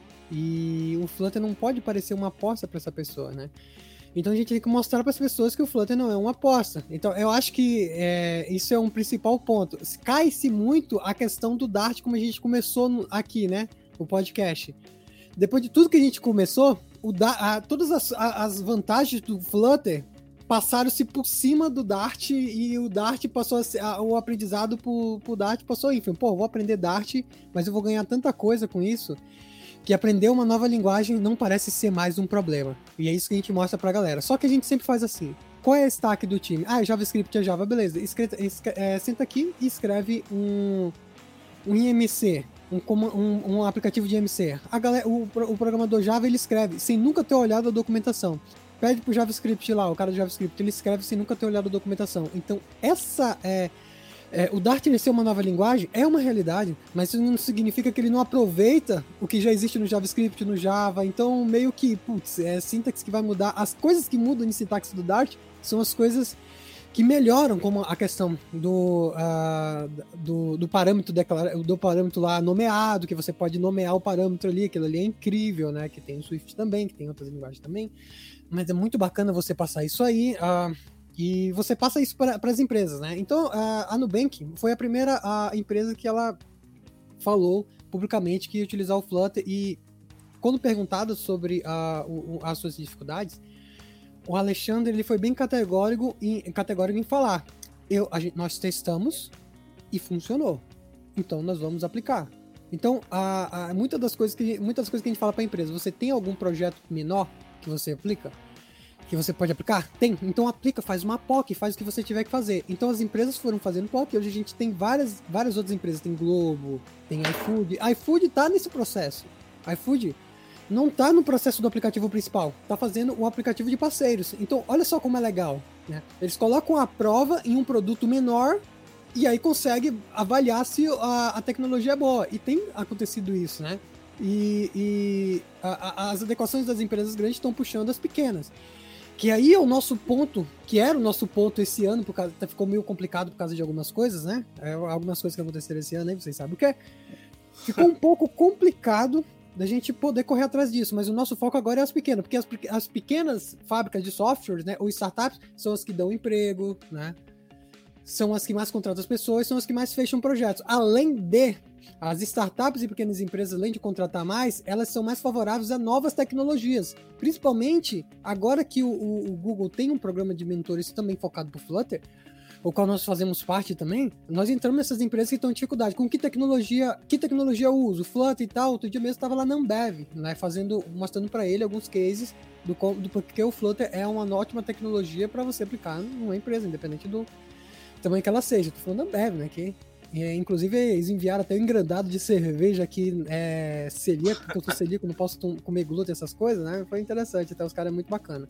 E: E o Flutter não pode parecer uma aposta para essa pessoa, né? Então a gente tem que mostrar para as pessoas que o Flutter não é uma aposta. Então eu acho que é, isso é um principal ponto. Cai-se muito a questão do Dart, como a gente começou no, aqui, né? O podcast. Depois de tudo que a gente começou, o da, a, todas as, a, as vantagens do Flutter passaram-se por cima do Dart e o Dart passou a ser, a, o aprendizado pro, pro Dart passou aí. Pô, eu vou aprender Dart, mas eu vou ganhar tanta coisa com isso, que aprender uma nova linguagem não parece ser mais um problema. E é isso que a gente mostra pra galera. Só que a gente sempre faz assim. Qual é a stack do time? Ah, é JavaScript, é Java, beleza. Escreve, escreve, é, senta aqui e escreve um, um I M C, um, um, um aplicativo de I M C. A galera, o, o programador Java, ele escreve sem nunca ter olhado a documentação. Pede pro JavaScript lá, o cara do JavaScript, ele escreve sem nunca ter olhado a documentação. Então, essa é... É, o Dart ser uma nova linguagem é uma realidade, mas isso não significa que ele não aproveita o que já existe no JavaScript, no Java. Então, meio que, putz, é sintaxe que vai mudar. As coisas que mudam em sintaxe do Dart são as coisas que melhoram, como a questão do, uh, do, do parâmetro declara- do parâmetro lá nomeado, que você pode nomear o parâmetro ali, aquilo ali é incrível, né? Que tem o Swift também, que tem outras linguagens também. Mas é muito bacana você passar isso aí. Uh, E você passa isso para as empresas, né? Então, a, a Nubank foi a primeira a empresa que ela falou publicamente que ia utilizar o Flutter, e quando perguntado sobre a, o, as suas dificuldades, o Alexandre ele foi bem categórico em, categórico em falar, eu, a gente, nós testamos e funcionou, então nós vamos aplicar. Então, a, a, muitas, das coisas que, muitas das coisas que a gente fala para a empresa, você tem algum projeto menor que você aplica? Que você pode aplicar? Tem. Então aplica, faz uma P O C, faz o que você tiver que fazer. Então as empresas foram fazendo P O C, hoje a gente tem várias, várias outras empresas, tem Globo, tem iFood. iFood tá nesse processo. iFood não tá no processo do aplicativo principal, tá fazendo um aplicativo de parceiros. Então olha só como é legal, né? Eles colocam a prova em um produto menor e aí consegue avaliar se a, a tecnologia é boa. E tem acontecido isso, né? E, e a, a, as adequações das empresas grandes estão puxando as pequenas. Que aí é o nosso ponto, que era o nosso ponto esse ano, por causa, ficou meio complicado por causa de algumas coisas, né? É, algumas coisas que aconteceram esse ano aí, vocês sabem o que é. Ficou um pouco complicado da gente poder correr atrás disso, mas o nosso foco agora é as pequenas, porque as, as pequenas fábricas de softwares, né, ou startups, são as que dão emprego, né? São as que mais contratam as pessoas, são as que mais fecham projetos. Além de, as startups e pequenas empresas, além de contratar mais, elas são mais favoráveis a novas tecnologias. Principalmente, agora que o, o, o Google tem um programa de mentores também focado para o Flutter, o qual nós fazemos parte também, nós entramos nessas empresas que estão em dificuldade. Com que tecnologia, que tecnologia eu uso? Flutter e tal. Outro dia mesmo estava lá na Ambev, né, fazendo, mostrando para ele alguns cases do, do porque o Flutter é uma ótima tecnologia para você aplicar numa empresa, independente do tamanho que ela seja. Tô falando da Ambev, né, que é, inclusive eles enviaram até um engrandado de cerveja que é celíaco, porque eu sou celíaco, não posso comer glúten, essas coisas, né? Foi interessante, até os caras é muito bacana.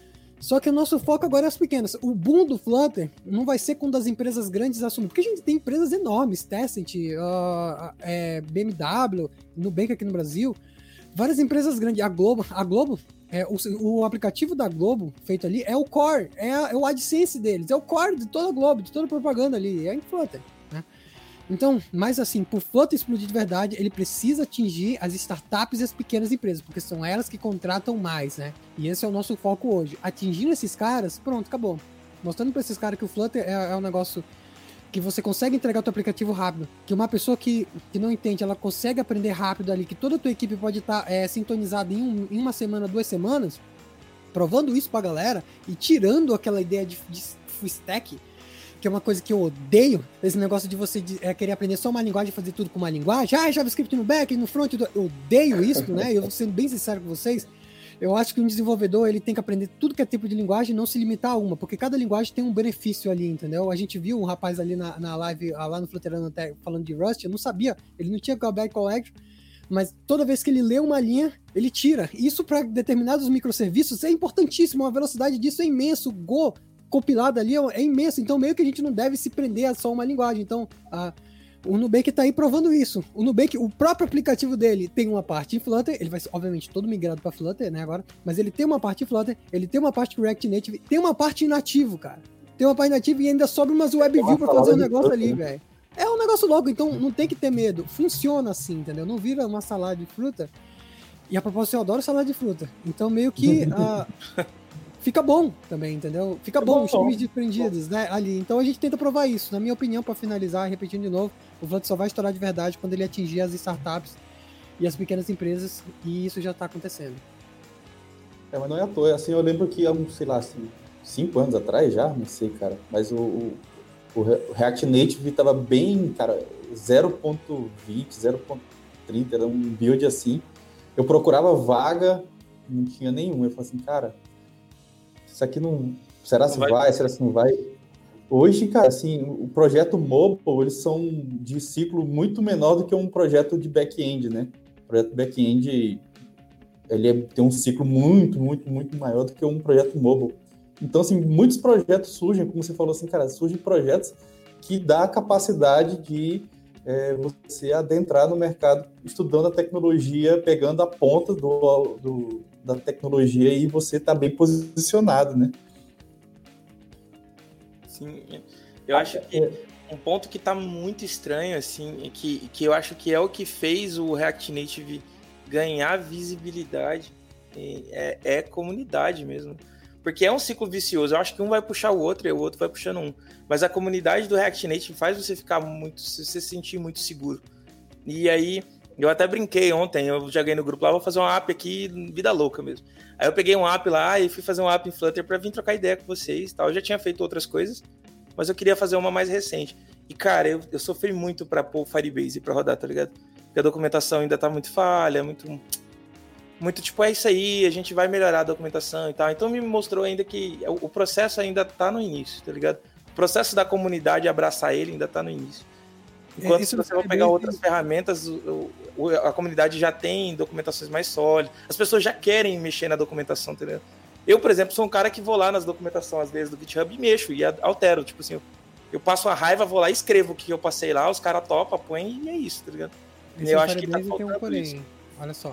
E: Só que o nosso foco agora é as pequenas. O boom do Flutter não vai ser quando as empresas grandes assumem, porque a gente tem empresas enormes, Tencent, uh, é, B M W, Nubank aqui no Brasil, várias empresas grandes. A Globo, a Globo é, o, o aplicativo da Globo feito ali é o core, é, a, é o AdSense deles, é o core de toda a Globo, de toda a propaganda ali, é em Flutter, né? Então, mas assim, por Flutter explodir de verdade, ele precisa atingir as startups e as pequenas empresas, porque são elas que contratam mais, né? E esse é o nosso foco hoje. Atingindo esses caras, pronto, acabou. Mostrando para esses caras que o Flutter é, é um negócio que você consegue entregar o teu aplicativo rápido, que uma pessoa que, que não entende, ela consegue aprender rápido ali, que toda a tua equipe pode estar tá, é, sintonizada em, um, em uma semana, duas semanas, provando isso pra galera e tirando aquela ideia de, de full stack, que é uma coisa que eu odeio, esse negócio de você de, é, querer aprender só uma linguagem e fazer tudo com uma linguagem. Ah, JavaScript no back, no front, eu odeio isso, né? Eu vou sendo bem sincero com vocês, eu acho que um desenvolvedor ele tem que aprender tudo que é tipo de linguagem e não se limitar a uma, porque cada linguagem tem um benefício ali, entendeu? A gente viu um rapaz ali na, na live, lá no Flutterando até falando de Rust, eu não sabia, ele não tinha callback collection, mas toda vez que ele lê uma linha, ele tira. Isso para determinados microserviços é importantíssimo, a velocidade disso é imenso, Go compilado ali é imenso, então meio que a gente não deve se prender a só uma linguagem. Então a, o Nubank está aí provando isso. O Nubank, o próprio aplicativo dele tem uma parte em Flutter, ele vai ser obviamente todo migrado para Flutter, né, agora, mas ele tem uma parte em Flutter, ele tem uma parte em React Native, tem uma parte em nativo, cara. Tem uma parte nativa e ainda sobra umas WebView para fazer um negócio ali, velho. É um negócio louco, então não tem que ter medo. Funciona assim, entendeu? Não vira uma salada de fruta. E a propósito, eu adoro salada de fruta. Então meio que uh, fica bom também, entendeu? Fica bom, os times desprendidos, né, ali. Então a gente tenta provar isso. Na minha opinião, para finalizar, repetindo de novo, o Flutter só vai estourar de verdade quando ele atingir as startups e as pequenas empresas, e isso já está acontecendo.
F: É, mas não é à toa. Assim, eu lembro que há, sei lá, assim, cinco anos atrás já, não sei, cara, mas o, o, o React Native estava bem, cara, zero ponto vinte, zero ponto trinta, era um build assim. Eu procurava vaga, não tinha nenhum. Eu falei assim, cara, isso aqui não... Será se vai, vai? Será se não vai? Hoje, cara, assim, o projeto mobile, eles são de ciclo muito menor do que um projeto de back-end, né? O projeto back-end, ele é, tem um ciclo muito, muito, muito maior do que um projeto mobile. Então, assim, muitos projetos surgem, como você falou assim, cara, surgem projetos que dá a capacidade de é, você adentrar no mercado estudando a tecnologia, pegando a ponta do, do, da tecnologia e você tá bem posicionado, né?
C: Sim, eu acho que um ponto que tá muito estranho, assim, que, que eu acho que é o que fez o React Native ganhar visibilidade, é, é comunidade mesmo. Porque é um ciclo vicioso. Eu acho que um vai puxar o outro e o outro vai puxando um. Mas a comunidade do React Native faz você ficar muito, você se sentir muito seguro. E aí, eu até brinquei ontem, eu joguei no grupo lá, vou fazer um app aqui, vida louca mesmo. Aí eu peguei um app lá e fui fazer um app em Flutter pra vir trocar ideia com vocês e tal. Eu já tinha feito outras coisas, mas eu queria fazer uma mais recente. E, cara, eu, eu sofri muito pra pôr o Firebase pra rodar, tá ligado? Porque a documentação ainda tá muito falha, muito... Muito tipo, é isso aí, a gente vai melhorar a documentação e tal. Então me mostrou ainda que o, o processo ainda tá no início, tá ligado? O processo da comunidade abraçar ele ainda tá no início. Enquanto é, se você vai pegar outras ferramentas, o, o, a comunidade já tem documentações mais sólidas, as pessoas já querem mexer na documentação, entendeu? Eu, por exemplo, sou um cara que vou lá nas documentações, às vezes, do GitHub e mexo e altero. Tipo assim, eu, eu passo a raiva, vou lá e escrevo o que eu passei lá, os caras topam, põem e é isso, tá ligado?
E: Esse eu acho que tá faltando um porém. Isso. Olha só.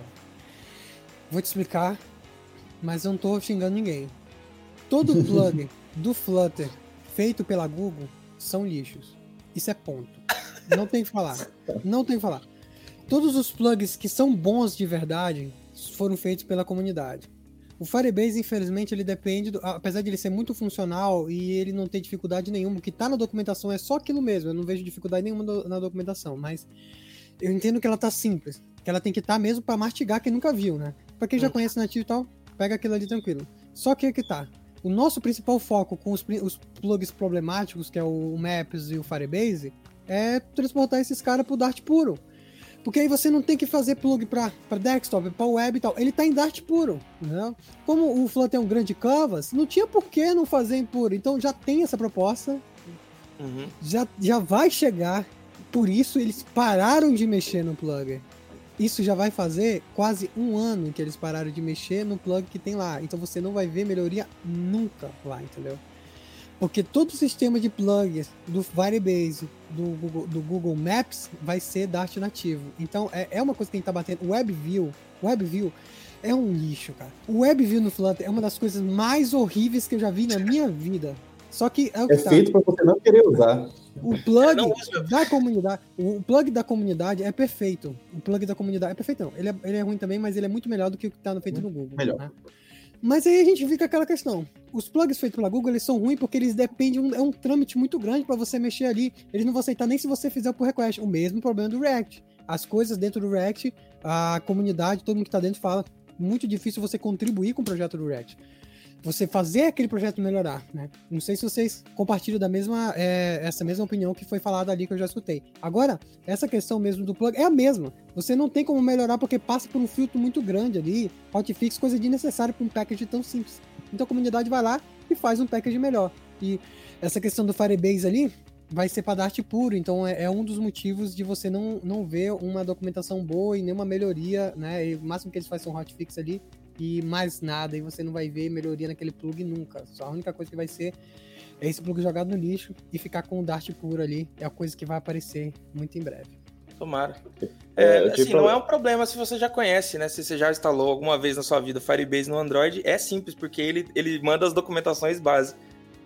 E: Vou te explicar, mas eu não tô xingando ninguém. Todo plug do Flutter feito pela Google são lixos. Isso é ponto. Não tem que falar. Não tem que falar. Todos os plugs que são bons de verdade foram feitos pela comunidade. O Firebase, infelizmente, ele depende, do, apesar de ele ser muito funcional e ele não ter dificuldade nenhuma, o que tá na documentação é só aquilo mesmo. Eu não vejo dificuldade nenhuma do, na documentação, mas eu entendo que ela tá simples, que ela tem que estar tá mesmo para mastigar quem nunca viu, né? Pra quem já conhece nativo e tal, pega aquilo ali tranquilo. Só que é que tá. O nosso principal foco com os, os plugs problemáticos, que é o Maps e o Firebase, é transportar esses caras pro Dart puro. Porque aí você não tem que fazer plug pra, pra desktop, pra web e tal. Ele tá em Dart puro, né? Como o Flutter é um grande canvas, não tinha por que não fazer em puro. Então já tem essa proposta, uhum. já, já vai chegar. Por isso eles pararam de mexer no plugger. Isso já vai fazer quase um ano que eles pararam de mexer no plug que tem lá. Então você não vai ver melhoria nunca lá, entendeu? Porque todo o sistema de plugs do Firebase, do Google, do Google Maps, vai ser Dart nativo. Então é, é uma coisa que a gente tá batendo. O WebView, WebView é um lixo, cara. O WebView no Flutter é uma das coisas mais horríveis que eu já vi na minha vida. Só que é, o que
F: é tá. feito para você não querer usar.
E: O plug da comunidade, o plug da comunidade é perfeito. O plug da comunidade é perfeito, não. Ele é, ele é ruim também, mas ele é muito melhor do que o que está feito no Google.
F: Melhor.
E: Né? Mas aí a gente fica aquela questão. Os plugs feitos pela Google, eles são ruins porque eles dependem, é um trâmite muito grande para você mexer ali. Eles não vão aceitar nem se você fizer o pull request. O mesmo problema do React. As coisas dentro do React, a comunidade, todo mundo que está dentro fala, muito difícil você contribuir com o projeto do React. Você fazer aquele projeto melhorar, né? Não sei se vocês compartilham da mesma, é, essa mesma opinião que foi falada ali que eu já escutei. Agora, essa questão mesmo do plug é a mesma. Você não tem como melhorar porque passa por um filtro muito grande ali, hotfix, coisa desnecessária para um package tão simples. Então a comunidade vai lá e faz um package melhor. E essa questão do Firebase ali vai ser para Dart puro, então é, é um dos motivos de você não, não ver uma documentação boa e nenhuma melhoria, né? E o máximo que eles fazem são hotfix ali, e mais nada, e você não vai ver melhoria naquele plug nunca. Só a única coisa que vai ser é esse plug jogado no lixo e ficar com o Dart puro ali. É a coisa que vai aparecer muito em breve.
C: Tomara. É, é, assim, não é um problema se você já conhece, né? Se você já instalou alguma vez na sua vida Firebase no Android, é simples, porque ele, ele manda as documentações base.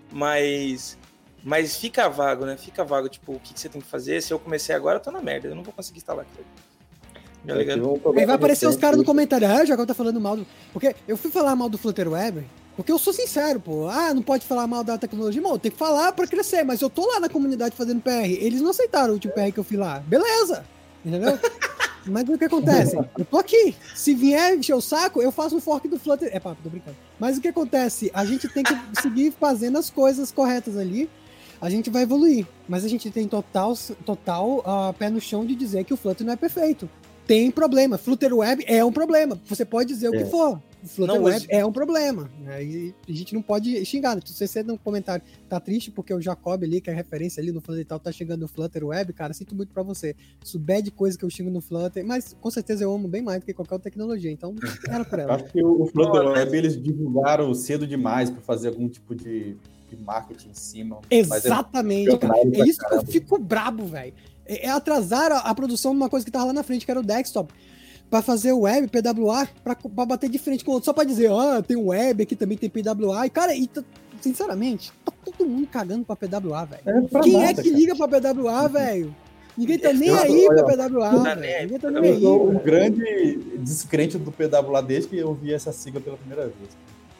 C: Mas, mas fica vago, né? Fica vago, tipo, o que, que você tem que fazer. Se eu comecei agora, eu tô na merda. Eu não vou conseguir instalar aquilo.
E: Um aí vai aparecer os caras no comentário, ah, o Jacó tá falando mal do... Porque eu fui falar mal do Flutter Web, porque eu sou sincero, pô. Ah, não pode falar mal da tecnologia. Mano, tem que falar pra crescer, mas eu tô lá na comunidade fazendo P R. Eles não aceitaram o último P R que eu fiz lá. Beleza, entendeu? Mas o que acontece? Eu tô aqui. Se vier encher o saco, eu faço um fork do Flutter. É papo, tô brincando. Mas o que acontece? A gente tem que seguir fazendo as coisas corretas ali. A gente vai evoluir. Mas a gente tem total, total uh, pé no chão de dizer que o Flutter não é perfeito. Tem problema. Flutter Web é um problema. Você pode dizer é. o que for. O Flutter não, Web mas... é um problema. Né? E a gente não pode xingar. Se você no comentário tá triste porque o Jacob ali, que é referência ali no Flutter e tal, tá chegando no Flutter Web, cara, sinto muito pra você. Souber de coisa que eu xingo no Flutter, mas com certeza eu amo bem mais do que qualquer outra tecnologia. Então, era por ela.
F: Acho que o Flutter oh, Web, eles divulgaram cedo demais pra fazer algum tipo de, de marketing em cima.
E: Exatamente, é... cara. É isso que eu fico brabo, velho. É atrasar a, a produção de uma coisa que tava lá na frente, que era o desktop, para fazer o web, P W A, para bater de frente com o outro, só para dizer, ó, oh, tem um web aqui também, tem P W A, e cara, e tá, sinceramente, tá todo mundo cagando pra P W A, velho. É Quem nada, é que cara. liga pra P W A, velho? Ninguém tá nem aí pra P W A, velho. Ninguém tá nem aí.
F: Eu sou um grande descrente do P W A desde que eu vi essa sigla pela primeira vez.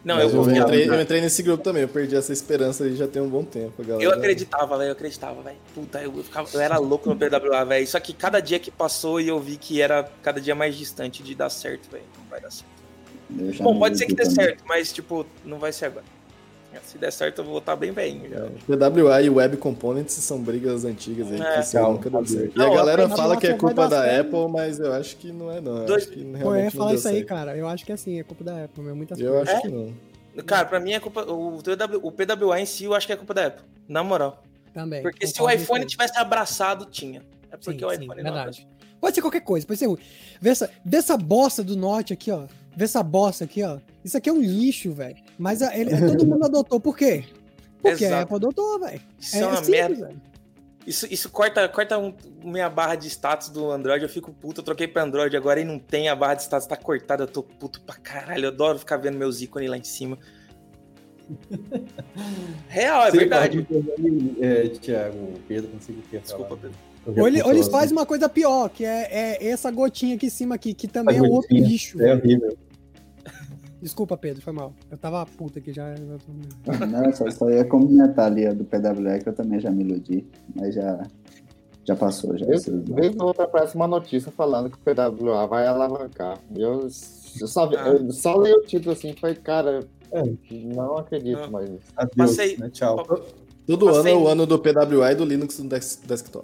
C: Não,
B: Mas
C: eu,
B: eu,
C: eu,
B: entrei, eu entrei nesse grupo também, eu perdi essa esperança aí já tem um bom tempo, galera.
C: eu acreditava, velho, eu acreditava, velho. Puta, eu, ficava, eu era louco no P W A, velho. Só que cada dia que passou e eu vi que era cada dia mais distante de dar certo, velho. Não vai dar certo. Bom, pode ser que dê também. certo, mas, tipo, não vai ser agora. Se der certo, eu vou estar bem velhinho já.
B: É, P W A e Web Components são brigas antigas aí, é, que isso nunca deu certo.
E: Não,
B: e a galera a fala que é culpa da
E: certo.
B: Apple, mas eu acho que não é, não. Eu
C: Dois...
B: acho que
E: realmente Pô, eu ia falar isso
B: certo.
E: aí, cara. Eu acho que é assim, é culpa da Apple, meu. Muitas
B: eu
E: coisas.
B: acho
C: é?
B: que não.
C: Cara, pra mim é culpa. O, o P W A em si, eu acho que é culpa da Apple. Na moral.
E: Também.
C: Porque se o iPhone tivesse abraçado, tinha. É porque sim, o iPhone
E: sim,
C: não
E: verdade. Pode ser qualquer coisa, pode ser ruim. Vê essa, vê essa bosta do Note aqui, ó. Vê essa bosta aqui, ó. Isso aqui é um lixo, velho. Mas a, ele, todo mundo adotou. Por quê? Porque Exato. a Apple adotou, velho.
C: Isso é, é uma simples, merda. Véio. Isso, isso corta, corta um, minha barra de status do Android. Eu fico puto. Eu troquei pra Android agora e não tem a barra de status. Tá cortada. Eu tô puto pra caralho. Eu adoro ficar vendo meus ícones lá em cima. Real, é Sim, verdade.
F: É, Thiago, Pedro, não sei o que.
C: Desculpa, Pedro.
E: Ou, ele, ou eles fazem uma coisa pior, que é, é essa gotinha aqui em cima, aqui, que também é outro lixo.
F: É horrível.
E: Desculpa, Pedro, foi mal. Eu tava puta aqui já.
D: Não, só, só ia comentar ali a do P W A, que eu também já me iludi, mas já, já passou. Já
A: Vez ou outra aparece uma notícia falando que o P W A vai alavancar. Eu, eu, só, ah. eu só leio o título assim e falei, cara, é. não acredito não. mais nisso.
F: Adeus,
C: Passei...
F: né? Tchau.
B: Todo Passei... ano é o ano do P W A e do Linux no des- desktop.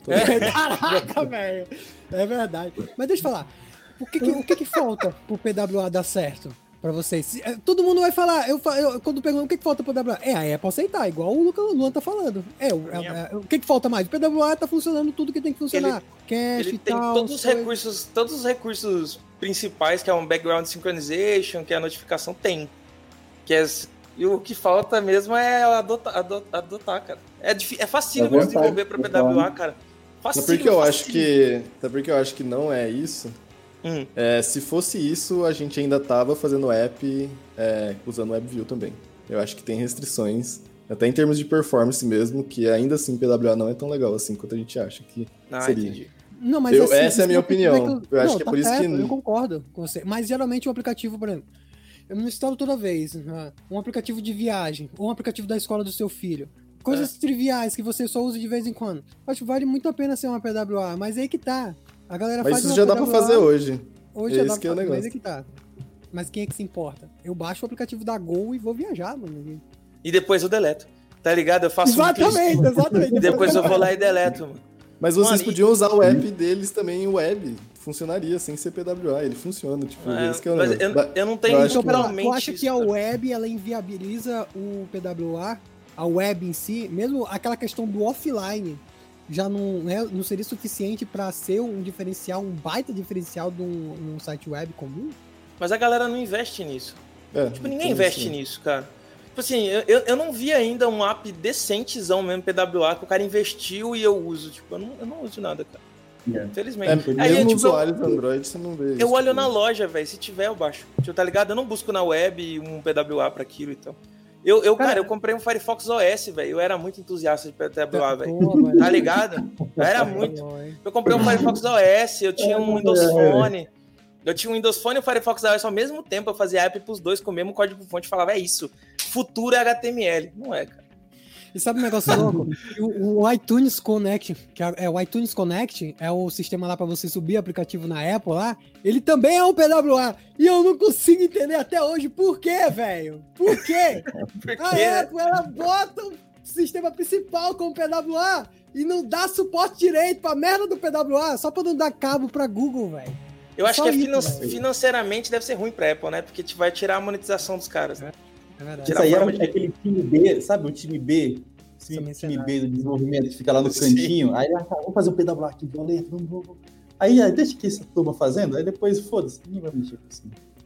E: É. Caraca, velho. É verdade. Mas deixa eu falar. O que, que, o que, que falta pro P W A dar certo pra vocês? Todo mundo vai falar, eu, eu quando pergunto o que, que falta pro P W A, é a Apple aceitar, igual o Lucas Luan tá falando. É, o, é, é, o que, que falta mais? O P W A tá funcionando tudo que tem que funcionar.
C: Ele,
E: Cache
C: ele
E: e
C: tem
E: tal.
C: Todos os, recursos, todos os recursos principais, que é um background synchronization, que é a notificação, tem. Que é, e o que falta mesmo é adotar, adotar, adotar cara. É, é facílimo é desenvolver pra P W A, cara. Facílimo,
B: Sabe por que eu
C: facílimo.
B: acho que, sabe por que eu acho que não é isso?
C: Hum.
B: É, se fosse isso, a gente ainda tava fazendo app é, usando WebView também. Eu acho que tem restrições, até em termos de performance mesmo, que ainda assim P W A não é tão legal assim quanto a gente acha que
C: ah,
B: seria.
C: Entendi.
E: Não, mas
B: eu,
E: assim,
B: essa é a minha opinião. É eu, eu acho
E: não,
B: que é
E: tá
B: por isso
E: certo,
B: que...
E: Eu concordo com você. Mas geralmente o aplicativo, por exemplo, eu não instalo toda vez né? um aplicativo de viagem ou um aplicativo da escola do seu filho. Coisas é. triviais que você só usa de vez em quando. Acho que vale muito a pena ser uma P W A, mas é aí que tá. A galera
B: mas
E: faz
B: isso
E: uma
B: já
E: P W A,
B: dá pra fazer hoje.
E: Hoje
B: é
E: já dá
B: que
E: pra
B: é o
E: fazer,
B: negócio.
E: mas é que tá. Mas quem é que se importa? Eu baixo o aplicativo da Gol e vou viajar, mano.
C: E depois eu deleto. Tá ligado? Eu faço
E: Exatamente, exatamente.
C: E depois eu vou lá e deleto, mano.
B: Mas vocês
C: mano,
B: podiam
C: e...
B: usar o app deles também em web. Funcionaria sem ser P W A. Ele funciona, tipo,
C: é,
B: esse que é o
C: mas
B: negócio.
C: eu, eu não tenho
E: então,
C: totalmente.
E: Tu acha que a web ela inviabiliza o P W A? A web em si, mesmo aquela questão do offline, já não, né, não seria suficiente para ser um diferencial, um baita diferencial de um, um site web comum?
C: Mas a galera não investe nisso.
B: É,
C: tipo, ninguém investe sim. nisso, cara. Tipo assim, eu, eu não vi ainda um app decentezão mesmo, P W A, que o cara investiu e eu uso. Tipo, eu não, eu não uso nada, cara. Yeah. Infelizmente.
B: É,
C: Aí,
B: mesmo
C: tipo,
B: usuário do Android, você não vê isso.
C: Eu olho na loja, velho. Se tiver, eu baixo. Tipo, tá ligado? Eu não busco na web um P W A pra aquilo e tal. Eu, eu cara, cara, eu comprei um Firefox O S, velho. Eu era muito entusiasta de P W A, velho. Tá ligado? Eu era muito. Eu comprei um Firefox O S, eu tinha um Windows Phone. Eu tinha um Windows Phone e o Firefox O S ao mesmo tempo. Eu fazia app pros dois com o mesmo código-fonte. Falava, é isso. Futuro é H T M L. Não é, cara.
E: E sabe um negócio louco? O, o iTunes Connect, que é, é o iTunes Connect, é o sistema lá para você subir aplicativo na Apple lá, ele também é um P W A. E eu não consigo entender até hoje por quê, velho? Por quê?
C: Por quê?
E: A Apple, ela bota o sistema principal como P W A e não dá suporte direito pra merda do P W A, só pra não dar cabo pra Google, velho.
C: Eu acho
E: só
C: que é
E: isso,
C: finan-
E: véio.
C: financeiramente deve ser ruim pra Apple, né? Porque vai tirar a monetização dos caras, né?
E: É verdade.
F: Isso aí é de... aquele time B, sabe? O time B, time, time B do desenvolvimento que fica lá no Sim. cantinho. Aí, ah, vamos fazer um P W A aqui violento, vamos, vamos. Aí, aí deixa que essa turma fazendo, aí depois, foda-se, ninguém vai mexer com isso.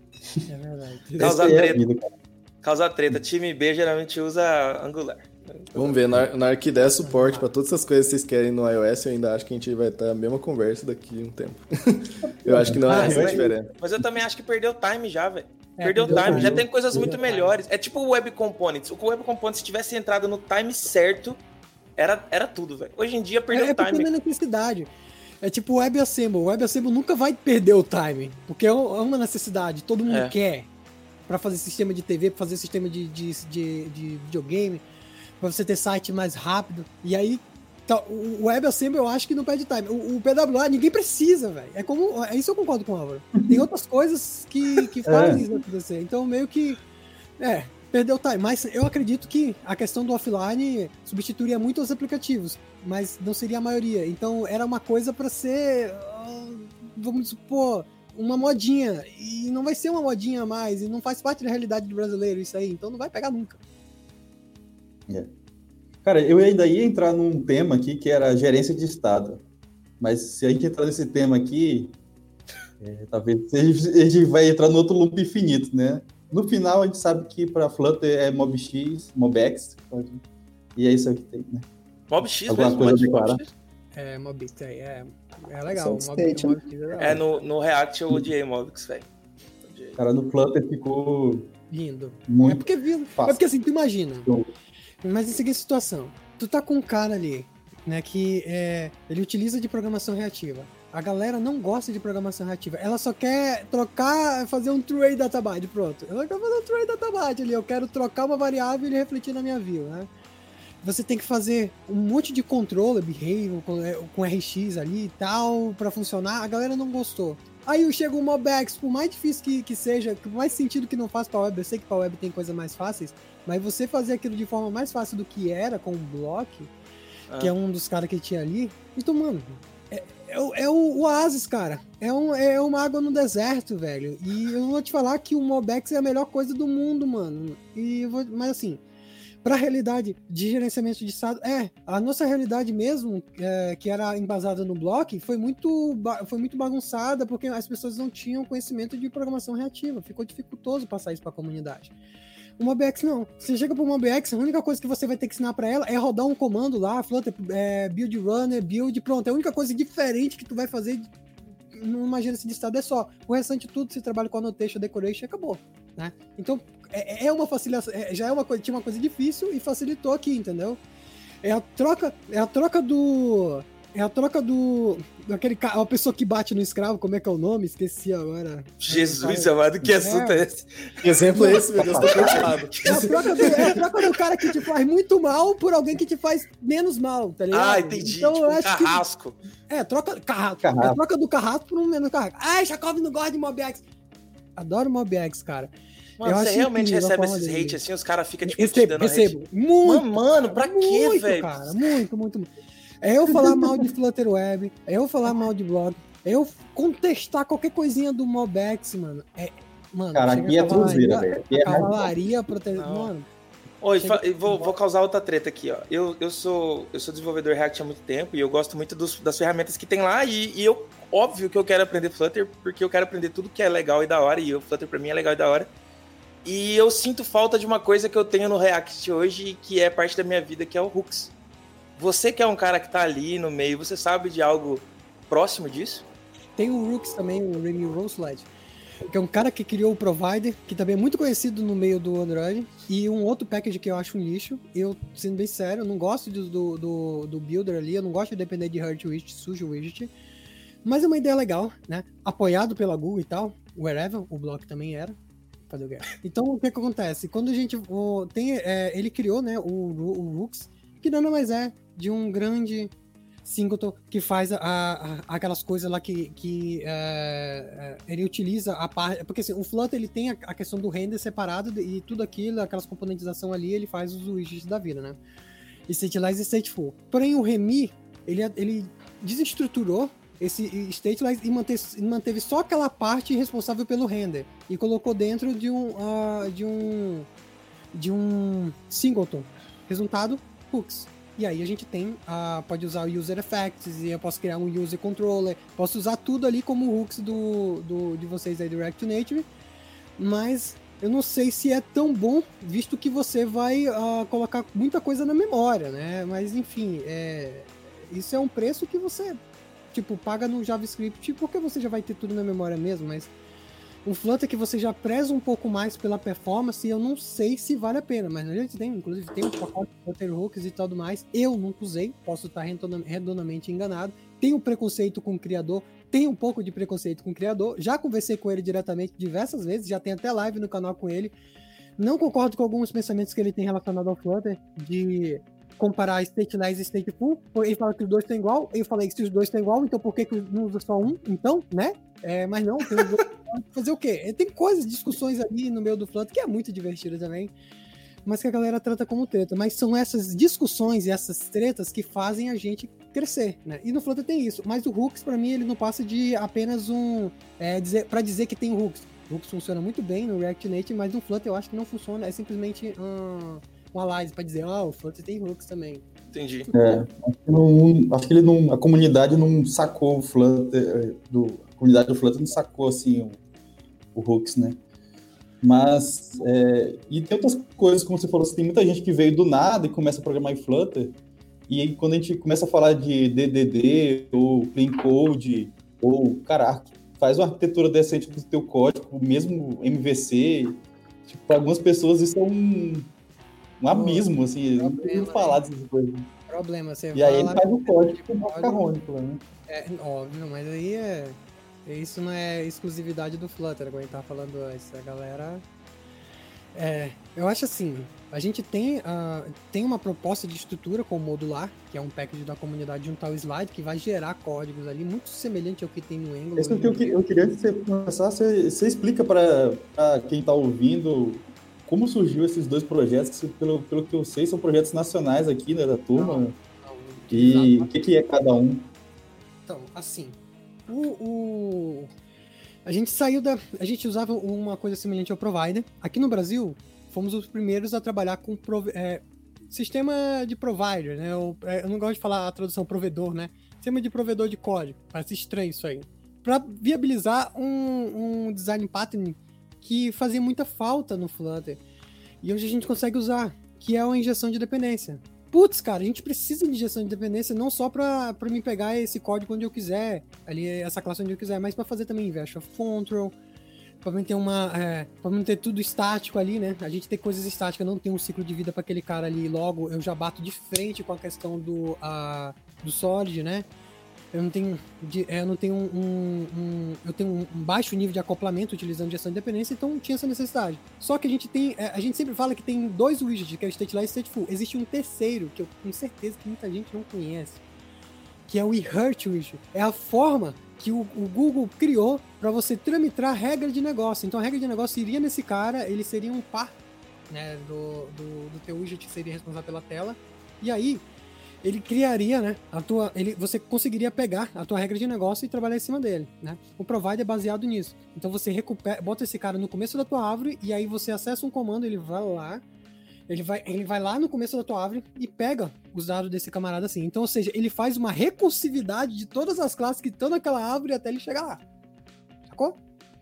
E: É verdade.
C: Causa treta. É vida, Causa treta. Time B geralmente usa Angular.
B: Vamos ver, na, na hora que der suporte pra todas essas coisas que vocês querem no iOS, eu ainda acho que a gente vai estar a mesma conversa daqui a um tempo. Eu acho que não
C: ah,
B: é essa a diferença.
C: Mas eu também acho que perdeu o time já, velho. É, perdeu o time, perdeu, já tem coisas muito melhores. É tipo o Web Components. O Web Components, se tivesse entrado no time certo, era, era tudo, velho. Hoje em dia perdeu
E: é,
C: o time.
E: É necessidade. É tipo o WebAssembly. O WebAssembly nunca vai perder o time, porque é uma necessidade, todo mundo é. quer. para fazer sistema de T V, para fazer sistema de, de, de, de videogame, para você ter site mais rápido. E aí, tá, o WebAssembly eu acho que não perde time. O, o P W A ninguém precisa, velho. É como, é isso eu concordo com o Álvaro. Tem outras coisas que, que fazem é. isso acontecer. Então, meio que, é, perdeu time. Mas eu acredito que a questão do offline substituiria muito os aplicativos, mas não seria a maioria. Então, era uma coisa para ser, vamos supor, uma modinha, e não vai ser uma modinha a mais, e não faz parte da realidade do brasileiro isso aí, então não vai pegar nunca.
F: Yeah. Cara, eu ainda ia entrar num tema aqui que era gerência de estado, mas se a gente entrar nesse tema aqui, é, talvez a gente vai entrar no outro loop infinito, né? No final a gente sabe que para Flutter é MobX, MobX, e é isso aí que tem, né?
C: MobX
F: Alguma
C: mesmo?
F: coisa declarar?
E: É, Mobix, é, é, é legal.
D: Só
E: Mob,
D: state,
E: Mob,
D: né?
E: é,
C: É, no, no React eu odiei Mobix, velho.
F: Cara, no Flutter ficou
E: lindo.
F: muito
E: É porque, viu,
F: fácil.
E: é porque assim, tu imagina.
F: Bom.
E: Mas em seguinte situação, tu tá com um cara ali, né, que é, ele utiliza de programação reativa. A galera não gosta de programação reativa. Ela só quer trocar, fazer um true databyte, pronto. Ela quer fazer um true databyte ali. Eu quero trocar uma variável e ele refletir na minha view, né? Você tem que fazer um monte de controle, behavior, com, com R X ali e tal, pra funcionar. A galera não gostou. Aí chega o MobX, por mais difícil que, que seja, por mais sentido que não faz pra web, eu sei que pra web tem coisas mais fáceis, mas você fazer aquilo de forma mais fácil do que era com o Block, ah. que é um dos caras que tinha ali, então, mano, é, é, é o Oasis, cara. É, um, é uma água no deserto, velho. E eu vou te falar que o MobX é a melhor coisa do mundo, mano. E eu vou, mas assim, para a realidade de gerenciamento de estado, é, a nossa realidade mesmo, é, que era embasada no Block, foi muito, foi muito bagunçada, porque as pessoas não tinham conhecimento de programação reativa, ficou dificultoso passar isso para a comunidade. O MobX não, você chega para o MobX, a única coisa que você vai ter que ensinar para ela é rodar um comando lá, Flutter, é, build runner, build, pronto, é a única coisa diferente que tu vai fazer numa gerência de estado é só, o restante tudo você trabalha com annotation, decoration e acabou, né? Então, É, é uma facilitação, é, já é uma coisa, tinha uma coisa difícil e facilitou aqui, entendeu? É a troca, é a troca do, é a troca do, daquele cara, a pessoa que bate no escravo, como é que é o nome? Esqueci agora.
C: Jesus amado, que assunto é, é esse?
B: Que exemplo é esse, meu Deus, tô cansado.
E: É a troca do, é a troca do cara que te faz muito mal por alguém que te faz menos mal, tá ligado?
C: Ah, entendi,
E: então,
C: tipo
E: eu
C: um
E: acho
C: carrasco.
E: Que, é, troca, carrasco,
F: carrasco.
E: É a troca do carrasco por um menos carrasco. Ai, Chakov não gosta de MobX. Adoro MobX, cara.
C: Mano,
E: eu
C: você realmente recebe esses
E: dele.
C: hate assim, os caras ficam tipo
E: recebo,
C: te dando
E: recebo.
C: hate.
E: Muito,
C: mano, mano, pra
E: muito,
C: quê, velho?
E: Cara, muito, muito, muito. É eu falar mal de Flutter Web, é eu falar mal de blog, é eu contestar qualquer coisinha do MobX, mano. É, mano,
F: cara, aqui é truzeira, velho.
E: A cavalaria protegendo. Mano.
C: Oi, vou, vou causar outra treta aqui, ó. Eu, eu, sou, eu sou desenvolvedor React há muito tempo e eu gosto muito dos, das ferramentas que tem lá e, e eu, óbvio que eu quero aprender Flutter porque eu quero aprender tudo que é legal e da hora e o Flutter pra mim é legal e da hora. E eu sinto falta de uma coisa que eu tenho no React hoje, que é parte da minha vida, que é o Hooks. Você que é um cara que tá ali no meio, você sabe de algo próximo disso?
E: Tem o Rooks também, o Remy Roseslide, que é um cara que criou o Provider, que também é muito conhecido no meio do Android, e um outro package que eu acho um lixo. Eu, sendo bem sério, eu não gosto do, do, do, do Builder ali, eu não gosto de depender de Hurt Widget, sujo Widget, mas é uma ideia legal, né? Apoiado pela Google e tal, wherever, o Block também era. Então, o que, que acontece? Quando a gente o, tem, é, ele criou, né, o, o Rooks, que nada mais é de um grande singleton que faz a, a, aquelas coisas lá que, que é, é, ele utiliza a parte, porque assim, o Flutter ele tem a, a questão do render separado e tudo aquilo, aquelas componentização ali, ele faz os widgets da vida, né? Stateless e stateful. Porém, o Remy, ele, ele desestruturou esse stateless e manteve, manteve só aquela parte responsável pelo render e colocou dentro de um uh, de um de um singleton. Resultado, hooks. E aí a gente tem uh, pode usar o user effects e eu posso criar um user controller, posso usar tudo ali como hooks do, do de vocês aí do React to Native, mas eu não sei se é tão bom, visto que você vai uh, colocar muita coisa na memória, né? Mas enfim, é, isso é um preço que você tipo, paga no JavaScript porque você já vai ter tudo na memória mesmo, mas um Flutter que você já preza um pouco mais pela performance, e eu não sei se vale a pena, mas a gente tem, inclusive tem um pacote de Flutter Hooks e tudo mais, eu nunca usei, posso estar redondamente enganado, tenho preconceito com o criador, tenho um pouco de preconceito com o criador, já conversei com ele diretamente diversas vezes, já tem até live no canal com ele, não concordo com alguns pensamentos que ele tem relacionado ao Flutter, de comparar Stateless e Stateful, ele fala que os dois estão igual, eu falei que se os dois estão igual, então por que que não usa só um? Então, né? É, mas não, tem os dois, fazer o quê? Tem coisas, discussões ali no meio do Flutter que é muito divertido também, mas que a galera trata como treta, mas são essas discussões e essas tretas que fazem a gente crescer, né? E no Flutter tem isso, mas o Hooks, pra mim, ele não passa de apenas um, é, dizer, pra dizer que tem Hooks. O Hooks funciona muito bem no React Native, mas no Flutter eu acho que não funciona, é simplesmente um... uma live pra dizer, ah, o Flutter tem hooks também.
C: Entendi.
F: É, acho que, não, acho que ele não, a comunidade não sacou o Flutter, do, a comunidade do Flutter não sacou, assim, o, o hooks, né? Mas, é, e tem outras coisas, como você falou, tem muita gente que veio do nada e começa a programar em Flutter, e aí quando a gente começa a falar de D D D, ou Clean Code, ou, caraca, faz uma arquitetura decente do teu código, mesmo M V C, tipo, para algumas pessoas isso é um um abismo, assim, não tem falar dessas coisas.
E: Problema, você
F: E aí ele faz o código macarrônico, né?
E: É, óbvio, mas aí é... Isso não é exclusividade do Flutter, como a gente tava falando antes. A galera... É, eu acho assim, a gente tem, uh, tem uma proposta de estrutura com o modular, que é um package da comunidade junto ao slide, que vai gerar códigos ali, muito semelhante ao que tem no Angular.
F: Isso que eu, eu queria que você começasse, você, você explica para quem tá ouvindo... Como surgiu esses dois projetos, que pelo, pelo que eu sei, são projetos nacionais aqui, né, da turma? Não, não, e o que, que é cada um?
E: Então, assim, o, o... a gente saiu da... A gente usava uma coisa semelhante ao Provider. Aqui no Brasil, fomos os primeiros a trabalhar com prov... é, sistema de provider, né? Eu, eu não gosto de falar a tradução provedor, né? Sistema de provedor de código. Parece estranho isso aí. Para viabilizar um, um design pattern que fazia muita falta no Flutter, e hoje a gente consegue usar, que é a injeção de dependência. Putz, cara, a gente precisa de injeção de dependência não só para para mim pegar esse código onde eu quiser, ali essa classe onde eu quiser, mas para fazer também inversion of control, para manter uma, é, para manter tudo estático ali, né? A gente tem coisas estáticas, não tem um ciclo de vida para aquele cara ali, logo eu já bato de frente com a questão do a, do solid, né? Eu não tenho, eu não tenho um, um, um eu tenho um baixo nível de acoplamento utilizando injeção de dependência, então tinha essa necessidade. Só que a gente tem, a gente sempre fala que tem dois widgets, que é o Stateless e Stateful. Existe um terceiro, que eu tenho certeza que muita gente não conhece, que é o iHurt widget. É a forma que o, o Google criou para você tramitar regra de negócio. Então a regra de negócio iria nesse cara, ele seria um par, né, do, do, do teu widget que seria responsável pela tela. E aí ele criaria, né, a tua, ele, você conseguiria pegar a tua regra de negócio e trabalhar em cima dele, né? O provider é baseado nisso. Então você recupera, bota esse cara no começo da tua árvore e aí você acessa um comando, ele vai lá, ele vai, ele vai lá no começo da tua árvore e pega os dados desse camarada assim. Então, ou seja, ele faz uma recursividade de todas as classes que estão naquela árvore até ele chegar lá. Sacou?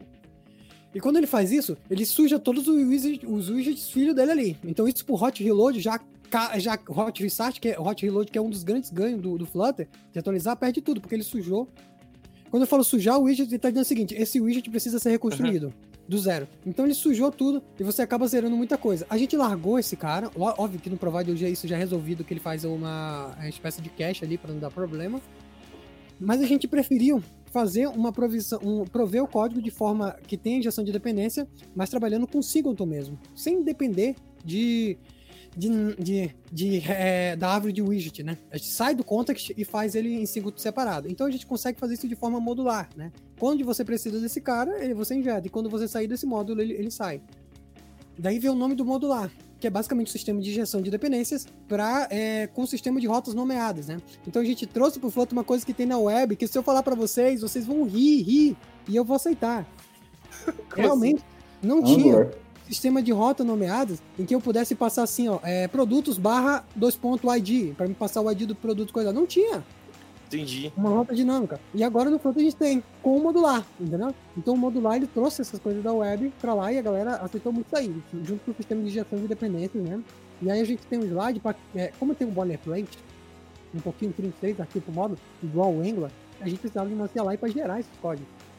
E: E quando ele faz isso, ele suja todos os widgets, os widgets filho dele ali. Então isso pro Hot Reload já já Hot Restart, que é Hot Reload, que é um dos grandes ganhos do, do Flutter, de atualizar, perde tudo, porque ele sujou. Quando eu falo sujar o widget, ele tá dizendo o seguinte, esse widget precisa ser reconstruído, uhum, do zero. Então ele sujou tudo e você acaba zerando muita coisa. A gente largou esse cara, óbvio que no Provider já, isso já é resolvido, que ele faz uma, uma espécie de cache ali para não dar problema, mas a gente preferiu fazer uma provisão, um, prover o código de forma que tenha injeção de dependência, mas trabalhando com singleton mesmo, sem depender de... De, de, de, é, da árvore de widget, né? A gente sai do context e faz ele em singleton separado. Então a gente consegue fazer isso de forma modular, né? Quando você precisa desse cara, ele, você injeta. E quando você sair desse módulo, ele, ele sai. Daí vem o nome do modular, que é basicamente o sistema de injeção de dependências pra, é, com o sistema de rotas nomeadas, né? Então a gente trouxe pro Flutter uma coisa que tem na web, que se eu falar pra vocês, vocês vão rir, rir, e eu vou aceitar. Realmente, não tinha sistema de rota nomeadas em que eu pudesse passar assim, ó, é, produtos barra dois ponto I D, para me passar o I D do produto, coisa. Não tinha.
C: Entendi.
E: Uma rota dinâmica. E agora no Flutter a gente tem com o modular, entendeu? Então o modular ele trouxe essas coisas da web pra lá e a galera aceitou muito isso aí, junto com o sistema de injeção de dependências, né? E aí a gente tem um slide, pra, é, como tem um boilerplate, um pouquinho trinta e seis arquivo pro módulo, igual o Angular, a gente precisava de uma C L I para gerar esses códigos.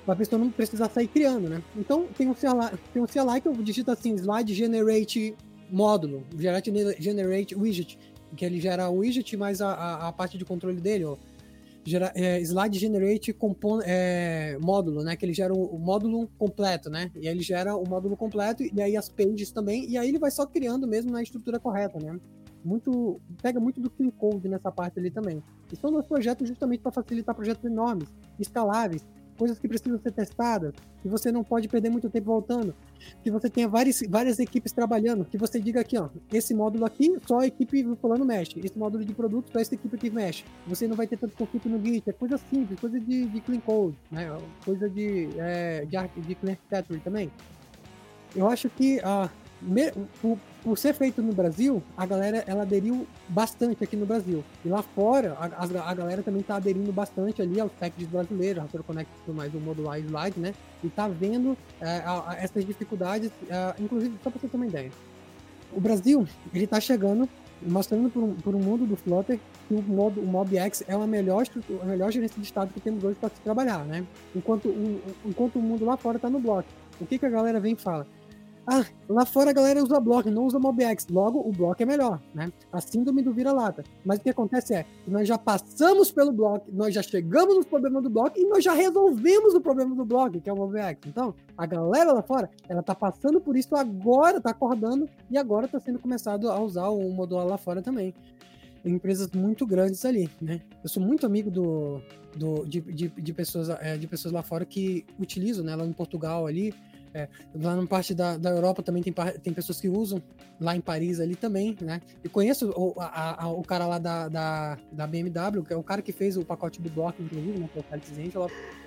E: pra pessoa não precisar sair criando, né? Então, tem um C L I, tem um C L I que eu digito assim, slide generate módulo, generate, generate widget, que ele gera o widget mais a, a, a parte de controle dele, ó. Gera, é, slide generate compon, é, módulo, né? Que ele gera o, o módulo completo, né? E aí ele gera o módulo completo e aí as pages também, e aí ele vai só criando mesmo na estrutura correta, né? Muito, pega muito do clean code nessa parte ali também. E são dois projetos justamente para facilitar projetos enormes, escaláveis, coisas que precisam ser testadas, que você não pode perder muito tempo voltando, que você tenha várias, várias equipes trabalhando, que você diga aqui, ó, esse módulo aqui, só a equipe fulano mexe, esse módulo de produto, só essa equipe que mexe. Você não vai ter tanto conflito no Git, é coisa simples, coisa de, de clean code, né? Coisa de, é, de, de clean architecture também. Eu acho que ah, me, por, por ser feito no Brasil, a galera ela aderiu bastante aqui no Brasil. E lá fora, a, a, a galera também está aderindo bastante ali aos packages brasileiros, Raspberry Connect e tudo mais, o modular slide, né? E está vendo é, a, a, essas dificuldades, é, inclusive, só para você ter uma ideia. O Brasil, ele está chegando, mostrando por um, por um mundo do Flutter que o, modo, o MobX é a melhor, a melhor gerência de estado que temos hoje para se trabalhar, né? Enquanto o, enquanto o mundo lá fora está no block. O que, que a galera vem e fala? Ah, lá fora a galera usa block, não usa MobX. Logo, o block é melhor, né? A síndrome do vira-lata. Mas o que acontece é que nós já passamos pelo block, nós já chegamos nos problemas do block e nós já resolvemos o problema do block, que é o MobX. Então, a galera lá fora, ela tá passando por isso agora, tá acordando e agora tá sendo começado a usar o modular lá fora também. Empresas muito grandes ali, né? Eu sou muito amigo do, do, de, de, de, pessoas, é, de pessoas lá fora que utilizam, né? Lá em Portugal ali, É, lá na parte da, da Europa também tem, tem pessoas que usam, lá em Paris ali também, né? Eu conheço o, a, a, o cara lá da, da, da B M W, que é o cara que fez o pacote do bloco, inclusive, né? Que é o Felix Angela.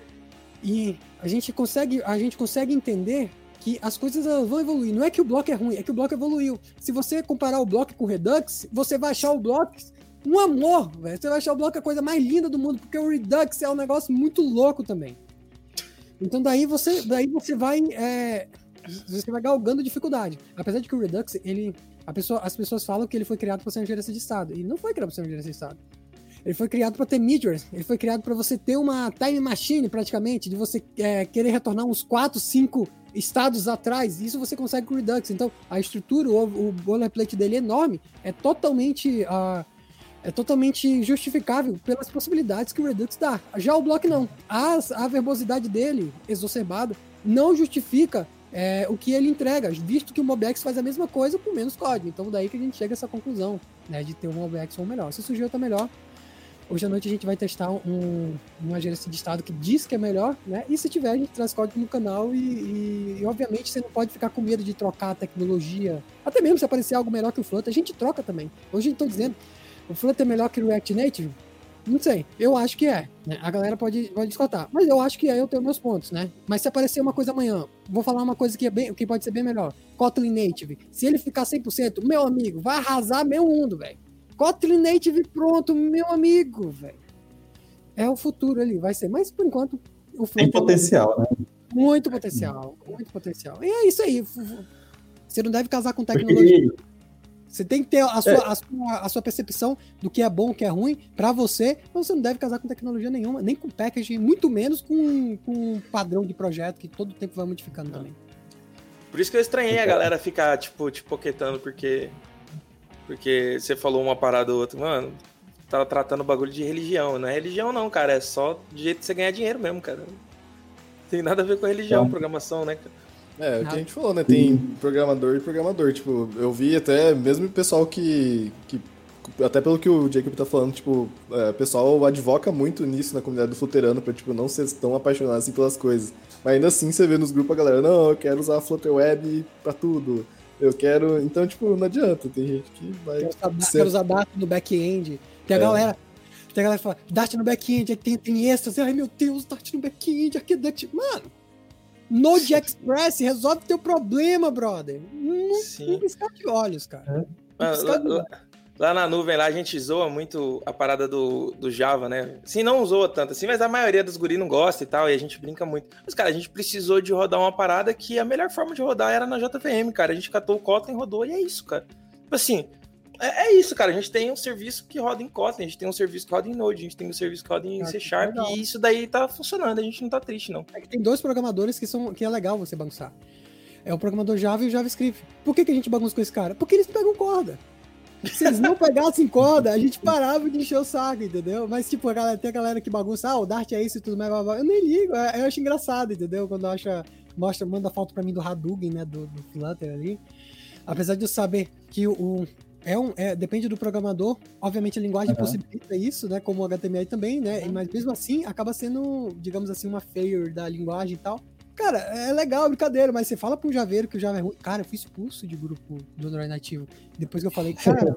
E: E a gente consegue, a gente consegue entender que as coisas vão evoluir. Não é que o bloco é ruim, é que o bloco evoluiu. Se você comparar o bloco com o Redux, você vai achar o bloco um amor, velho. Você vai achar o bloco a coisa mais linda do mundo, porque o Redux é um negócio muito louco também. Então daí você, daí você vai é, você vai galgando dificuldade. Apesar de que o Redux, ele, a pessoa, as pessoas falam que ele foi criado para ser uma gerência de estado. E não foi criado para ser uma gerência de estado. Ele foi criado para ter midgers. Ele foi criado para você ter uma time machine, praticamente, de você é, querer retornar uns quatro, cinco estados atrás. Isso você consegue com o Redux. Então a estrutura, o, o boilerplate dele é enorme. É totalmente... Uh, É totalmente justificável pelas possibilidades que o Redux dá. Já o Block não. A, a verbosidade dele, exacerbada, não justifica é, o que ele entrega, visto que o MobX faz a mesma coisa com menos código. Então daí que a gente chega a essa conclusão, né, de ter um MobX ou melhor. Se surgiu outra melhor, hoje à noite a gente vai testar um, uma gerência de estado que diz que é melhor, né? E se tiver, a gente traz código no canal e, e, e obviamente você não pode ficar com medo de trocar a tecnologia. Até mesmo se aparecer algo melhor que o Flutter, a gente troca também. Hoje eu estou dizendo, o Flutter é melhor que o React Native? Não sei, eu acho que é, né? A galera pode, pode discordar, mas eu acho que é, eu tenho meus pontos, né? Mas se aparecer uma coisa amanhã, vou falar uma coisa que, é bem, que pode ser bem melhor. Kotlin Native, se ele ficar cem por cento, meu amigo, vai arrasar meu mundo, velho. Kotlin Native pronto, meu amigo, velho. É o futuro ali, vai ser, mas por enquanto o Flutter
F: tem potencial, né?
E: Muito potencial, muito potencial. E é isso aí, você não deve casar com tecnologia. Porque... Você tem que ter a sua, é. a, sua, a sua percepção do que é bom, o que é ruim, pra você, mas você não deve casar com tecnologia nenhuma, nem com packaging, muito menos com, com padrão de projeto, que todo tempo vai modificando não. também.
C: Por isso que eu estranhei a galera ficar, tipo, te poquetando, porque, porque você falou uma parada ou outra, mano, tava tratando o bagulho de religião. Não é religião não, cara, é só de jeito de você ganhar dinheiro mesmo, cara. Não tem nada a ver com religião, é. programação, né, cara?
B: É, o que a gente falou, né? Tem programador e programador. Tipo, eu vi até, mesmo o pessoal que, que... Até pelo que o Jacob tá falando, tipo, é, o pessoal advoca muito nisso na comunidade do Flutterano pra, tipo, não ser tão apaixonado assim pelas coisas. Mas ainda assim você vê nos grupos a galera, não, eu quero usar a Flutter Web pra tudo. Eu quero... Então, tipo, não adianta. Tem gente que vai...
E: Quero usar, ser... quero usar Dart no back-end. Tem a é. galera... Tem a galera que fala, Dart no back-end, tem, tem extras. Ai, meu Deus, Dart no back-end, aqui Dart... Mano... Node.js resolve teu problema, brother. Não, não piscar de olhos, cara.
C: É. Lá, lá, lá na nuvem, lá a gente zoa muito a parada do, do Java, né? Assim, não zoa tanto assim, mas a maioria dos guri não gosta e tal, e a gente brinca muito. Mas, cara, a gente precisou de rodar uma parada que a melhor forma de rodar era na J V M, cara. A gente catou o Kotlin, rodou, e é isso, cara. Tipo assim, É, é isso, cara. A gente tem um serviço que roda em Kotlin, a gente tem um serviço que roda em Node, a gente tem um serviço que roda em
E: Ah,
C: C
E: que
C: Sharp,
E: legal.
C: e isso daí tá funcionando, a gente não tá triste, não.
E: É que tem dois programadores que, são, que é legal você bagunçar. É o programador Java e o JavaScript. Por que, que a gente bagunça com esse cara? Porque eles pegam corda. Se eles não pegassem corda, a gente parava de encher o saco, entendeu? Mas, tipo, a galera, tem a galera que bagunça, ah, o Dart é isso e tudo mais, blá, blá. Eu nem ligo, eu, eu acho engraçado, entendeu? Quando acha, mostra, manda foto pra mim do Hadouken, né, do, do Flutter ali. Apesar de eu saber que o... É um, é, depende do programador, obviamente a linguagem
F: Uhum.
E: possibilita isso, né, como o H T M L também, né, mas mesmo assim acaba sendo, digamos assim, uma failure da linguagem e tal. Cara, é legal, brincadeira, mas você fala pra um javeiro que o Java é ruim. Cara, eu fui expulso de grupo do Android nativo. Depois que eu falei, cara,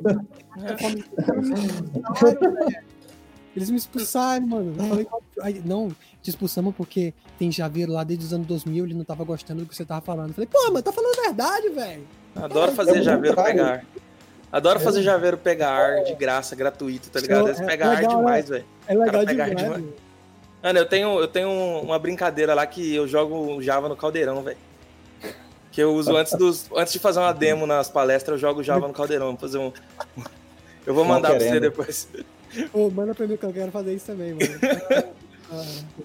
E: eles me expulsaram, mano. Eu falei, "Ai, não, te expulsamos porque tem javeiro lá desde os anos dois mil, ele não tava gostando do que você tava falando. Eu falei, pô, mas tá falando a verdade, velho.
C: Adoro fazer
F: É
C: javeiro
F: muito
C: pegar. Adoro fazer javeiro pegar ar de graça, gratuito, tá ligado? Eles
E: É
C: pegam ar
E: legal,
C: demais, velho.
E: É legal
C: Cara, pegar
E: demais.
C: demais.
E: mano.
C: Mano, eu tenho, eu tenho uma brincadeira lá que eu jogo Java no caldeirão, velho. Que eu uso antes, dos, antes de fazer uma demo nas palestras, eu jogo Java no caldeirão. Vou fazer um... Eu vou mandar pra você
F: querendo.
C: depois.
E: Pô, manda pra mim que eu quero fazer isso também, mano. Ah,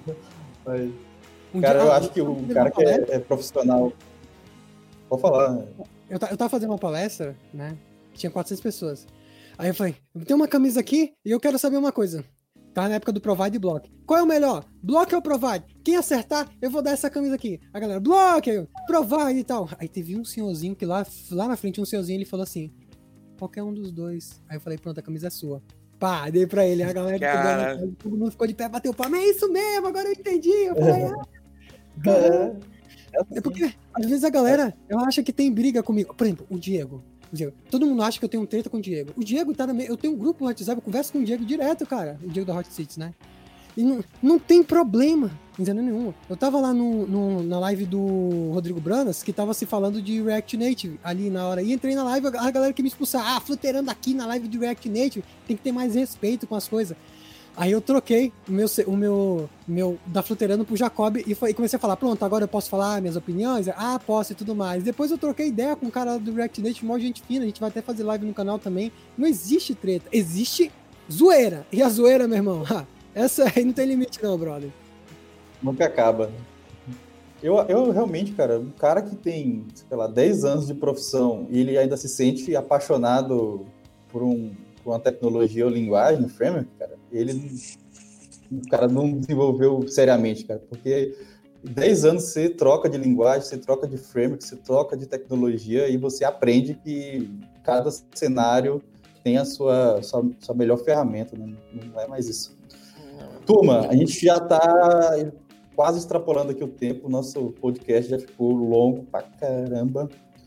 F: Aí.
E: um
F: Cara,
E: dia-
F: eu
E: ah,
F: acho que
E: eu
F: o
E: tava fazendo
F: cara
E: uma
F: que
E: palestra-
F: é, é profissional. Pode falar. né?
E: Eu, ta- eu tava fazendo uma palestra, né? Tinha quatrocentas pessoas. Aí eu falei, tem uma camisa aqui e eu quero saber uma coisa. Tá na época do Provide e Block. Qual é o melhor? Block ou Provide? Quem acertar, eu vou dar essa camisa aqui. A galera, Block, aí eu, Provide e tal. Aí teve um senhorzinho que lá, lá na frente, um senhorzinho, ele falou assim, qualquer um dos dois. Aí eu falei, pronto, a camisa é sua. Pá, dei pra ele. A galera,
C: Caralho.
E: todo mundo ficou de pé, bateu palma. É isso mesmo, agora eu entendi. Eu falei, ah, cara. É porque, às vezes, a galera, eu acho que tem briga comigo. Por exemplo, o Diego. O Diego. Todo mundo acha que eu tenho um treta com o Diego. O Diego tá no meio. Eu tenho um grupo no WhatsApp, eu converso com o Diego direto, cara. O Diego da Hot Seats, né? E não, não tem problema, entendeu nenhum. Eu tava lá no, no- na live do Rodrigo Branas, que tava se falando de React Native ali na hora. E entrei na live, a galera que me expulsar, ah, fluterando aqui na live de React Native, tem que ter mais respeito com as coisas. Aí eu troquei o meu, o meu, meu da Fluterando pro Jacob e, foi, e comecei a falar, pronto, agora eu posso falar minhas opiniões? Ah, posso e tudo mais. Depois eu troquei ideia com o cara do React Native, mó gente fina, a gente vai até fazer live no canal também. Não existe treta, existe zoeira. E a zoeira, meu irmão, ha, essa aí não tem limite não, brother.
F: Nunca acaba. Eu, eu realmente, cara, um cara que tem, sei lá, dez anos de profissão e ele ainda se sente apaixonado por, um, por uma tecnologia ou linguagem, framework, cara, ele o cara não desenvolveu seriamente, cara, porque dez anos você troca de linguagem, você troca de framework, você troca de tecnologia e você aprende que cada cenário tem a sua, sua, sua melhor ferramenta, né? Não é mais isso. Turma, a gente já está quase extrapolando aqui o tempo, o nosso podcast já ficou longo pra caramba.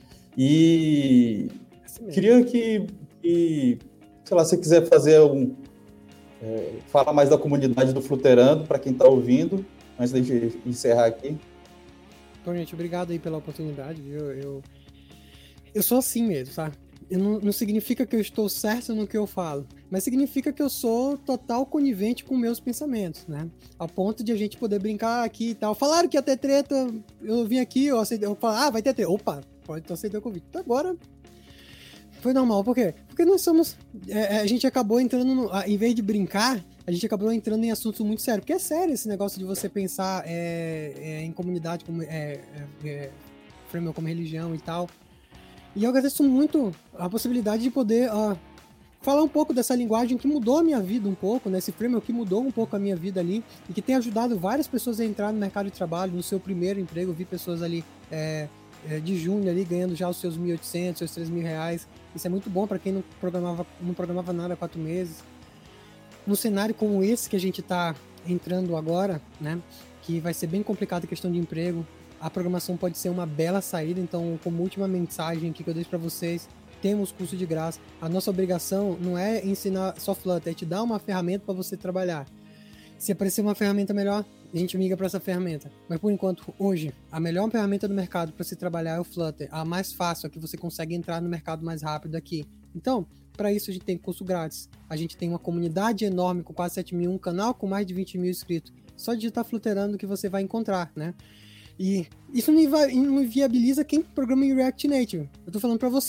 F: E
E: Assim mesmo.
F: queria que, que, sei lá, se você quiser fazer um. É, fala mais da comunidade do Fluterando, para quem está ouvindo, antes de gente encerrar aqui.
E: Bom, gente, obrigado aí pela oportunidade, viu? Eu, eu sou assim mesmo, sabe? Eu não, não significa que eu estou certo no que eu falo, mas significa que eu sou total conivente com meus pensamentos, né? A ponto de a gente poder brincar aqui e tal. Falaram que ia ter treta, eu vim aqui, eu aceitei, eu falei, ah, vai ter treta. Opa, pode então aceitar o convite. Então agora foi normal, por quê? Porque nós somos, é, a gente acabou entrando, no, em vez de brincar, a gente acabou entrando em assuntos muito sérios, porque é sério esse negócio de você pensar é, é, em comunidade, como, é, é, é, framework como religião e tal. E eu agradeço muito a possibilidade de poder uh, falar um pouco dessa linguagem que mudou a minha vida um pouco, né? Esse framework que mudou um pouco a minha vida ali e que tem ajudado várias pessoas a entrar no mercado de trabalho, no seu primeiro emprego. Eu vi pessoas ali é, é, de junho ali ganhando já os seus mil e oitocentos, seus três mil reais. Isso é muito bom para quem não programava, não programava nada há quatro meses. Num cenário como esse que a gente está entrando agora, né? Que vai ser bem complicado a questão de emprego. A programação pode ser uma bela saída, então, como última mensagem aqui que eu deixo para vocês, temos curso de graça. A nossa obrigação não é ensinar só Flutter, é te dar uma ferramenta para você trabalhar. Se aparecer uma ferramenta melhor, a gente migra para essa ferramenta. Mas, por enquanto, hoje, a melhor ferramenta do mercado para se trabalhar é o Flutter. A mais fácil, a que você consegue entrar no mercado mais rápido aqui. Então, para isso, a gente tem curso grátis. A gente tem uma comunidade enorme com quase sete mil, um canal com mais de vinte mil inscritos. Só digitar Flutterando que você vai encontrar, né? E isso não inviabiliza quem programa em React Native. Eu tô falando pra você.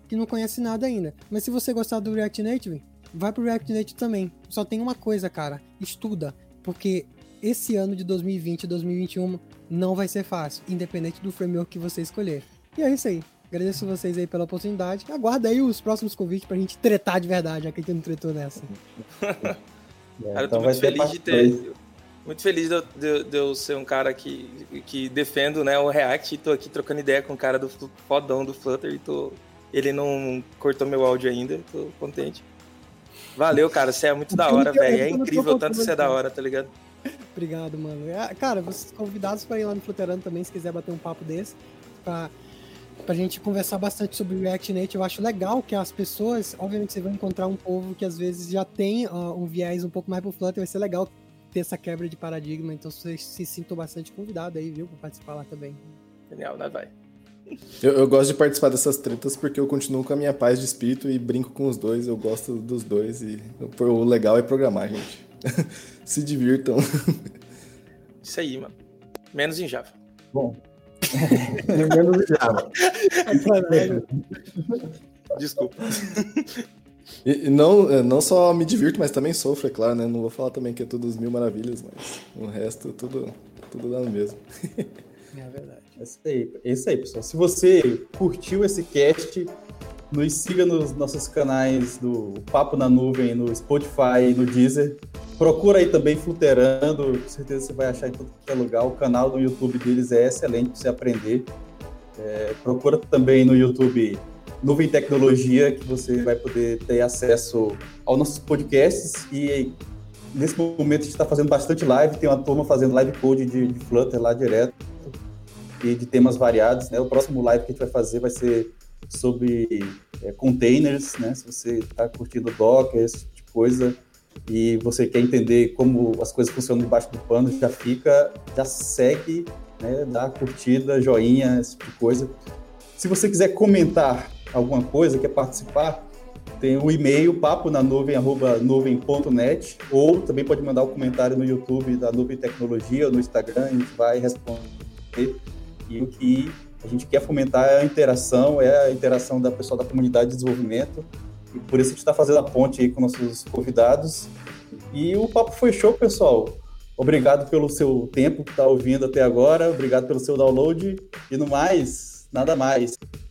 E: que não conhece nada ainda. Mas se você gostar do React Native, vai pro React Native também. Só tem uma coisa, cara, estuda, porque esse ano de dois mil e vinte e dois mil e vinte e um não vai ser fácil, independente do framework que você escolher. E é isso aí. Agradeço vocês aí pela oportunidade. Aguarda aí os próximos convites pra gente tretar de verdade, já que a gente não tretou nessa.
F: É,
C: Cara, eu
F: então
C: tô
F: vai
C: muito
F: ter
C: feliz
F: parte
C: de ter.
F: dois.
C: Muito feliz de eu, de, de eu ser um cara que, que defendo, né, o React, e tô aqui trocando ideia com o cara do fodão do Flutter, e tô, ele não cortou meu áudio ainda, tô contente. Valeu, cara, você é muito da hora, velho. É incrível tanto você é da hora, tá ligado?
E: Obrigado, mano. É, cara, vocês convidados para ir lá no Flutterando também, se quiser bater um papo desse, pra, pra gente conversar bastante sobre o React Native. Eu acho legal que as pessoas, obviamente você vai encontrar um povo que às vezes já tem uh, um viés um pouco mais pro Flutter, vai ser legal ter essa quebra de paradigma, então vocês se sintam bastante convidados aí, viu, pra participar lá também.
C: Genial, né, vai?
B: Eu, eu gosto de participar dessas tretas porque eu continuo com a minha paz de espírito e brinco com os dois, eu gosto dos dois e o legal é programar, gente. Se divirtam.
C: Isso aí, mano. Menos em Java.
F: Bom. Menos em Java.
C: Desculpa.
B: E, e não, não só me divirto, mas também sofro, é claro, né? Não vou falar também que é tudo as mil maravilhas, mas o resto tudo, tudo dá no mesmo.
E: É verdade.
F: É isso aí, é isso aí, pessoal. Se você curtiu esse cast, nos siga nos nossos canais do Papo na Nuvem, no Spotify e no Deezer. Procura aí também Flutterando, com certeza você vai achar em todo que é lugar. O canal do YouTube deles é excelente para você aprender. É, procura também no YouTube Nuvem Tecnologia, que você vai poder ter acesso aos nossos podcasts. E nesse momento a gente está fazendo bastante live, tem uma turma fazendo live code de, de Flutter lá direto, e de temas variados, né? O próximo live que a gente vai fazer vai ser sobre é, containers, né? Se você está curtindo Docker, esse tipo de coisa, e você quer entender como as coisas funcionam debaixo do pano, já fica, já segue, né? Dá curtida, joinha, esse tipo de coisa. Se você quiser comentar alguma coisa, quer participar, tem o e-mail papo na nuvem arroba nuvem ponto net, ou também pode mandar um comentário no YouTube da Nuvem Tecnologia ou no Instagram, a gente vai responder. E o que a gente quer fomentar é a interação, é a interação da pessoa da comunidade de desenvolvimento, e por isso a gente está fazendo a ponte aí com nossos convidados. E o papo foi show, pessoal. Obrigado pelo seu tempo que está ouvindo até agora, obrigado pelo seu download, e no mais, nada mais.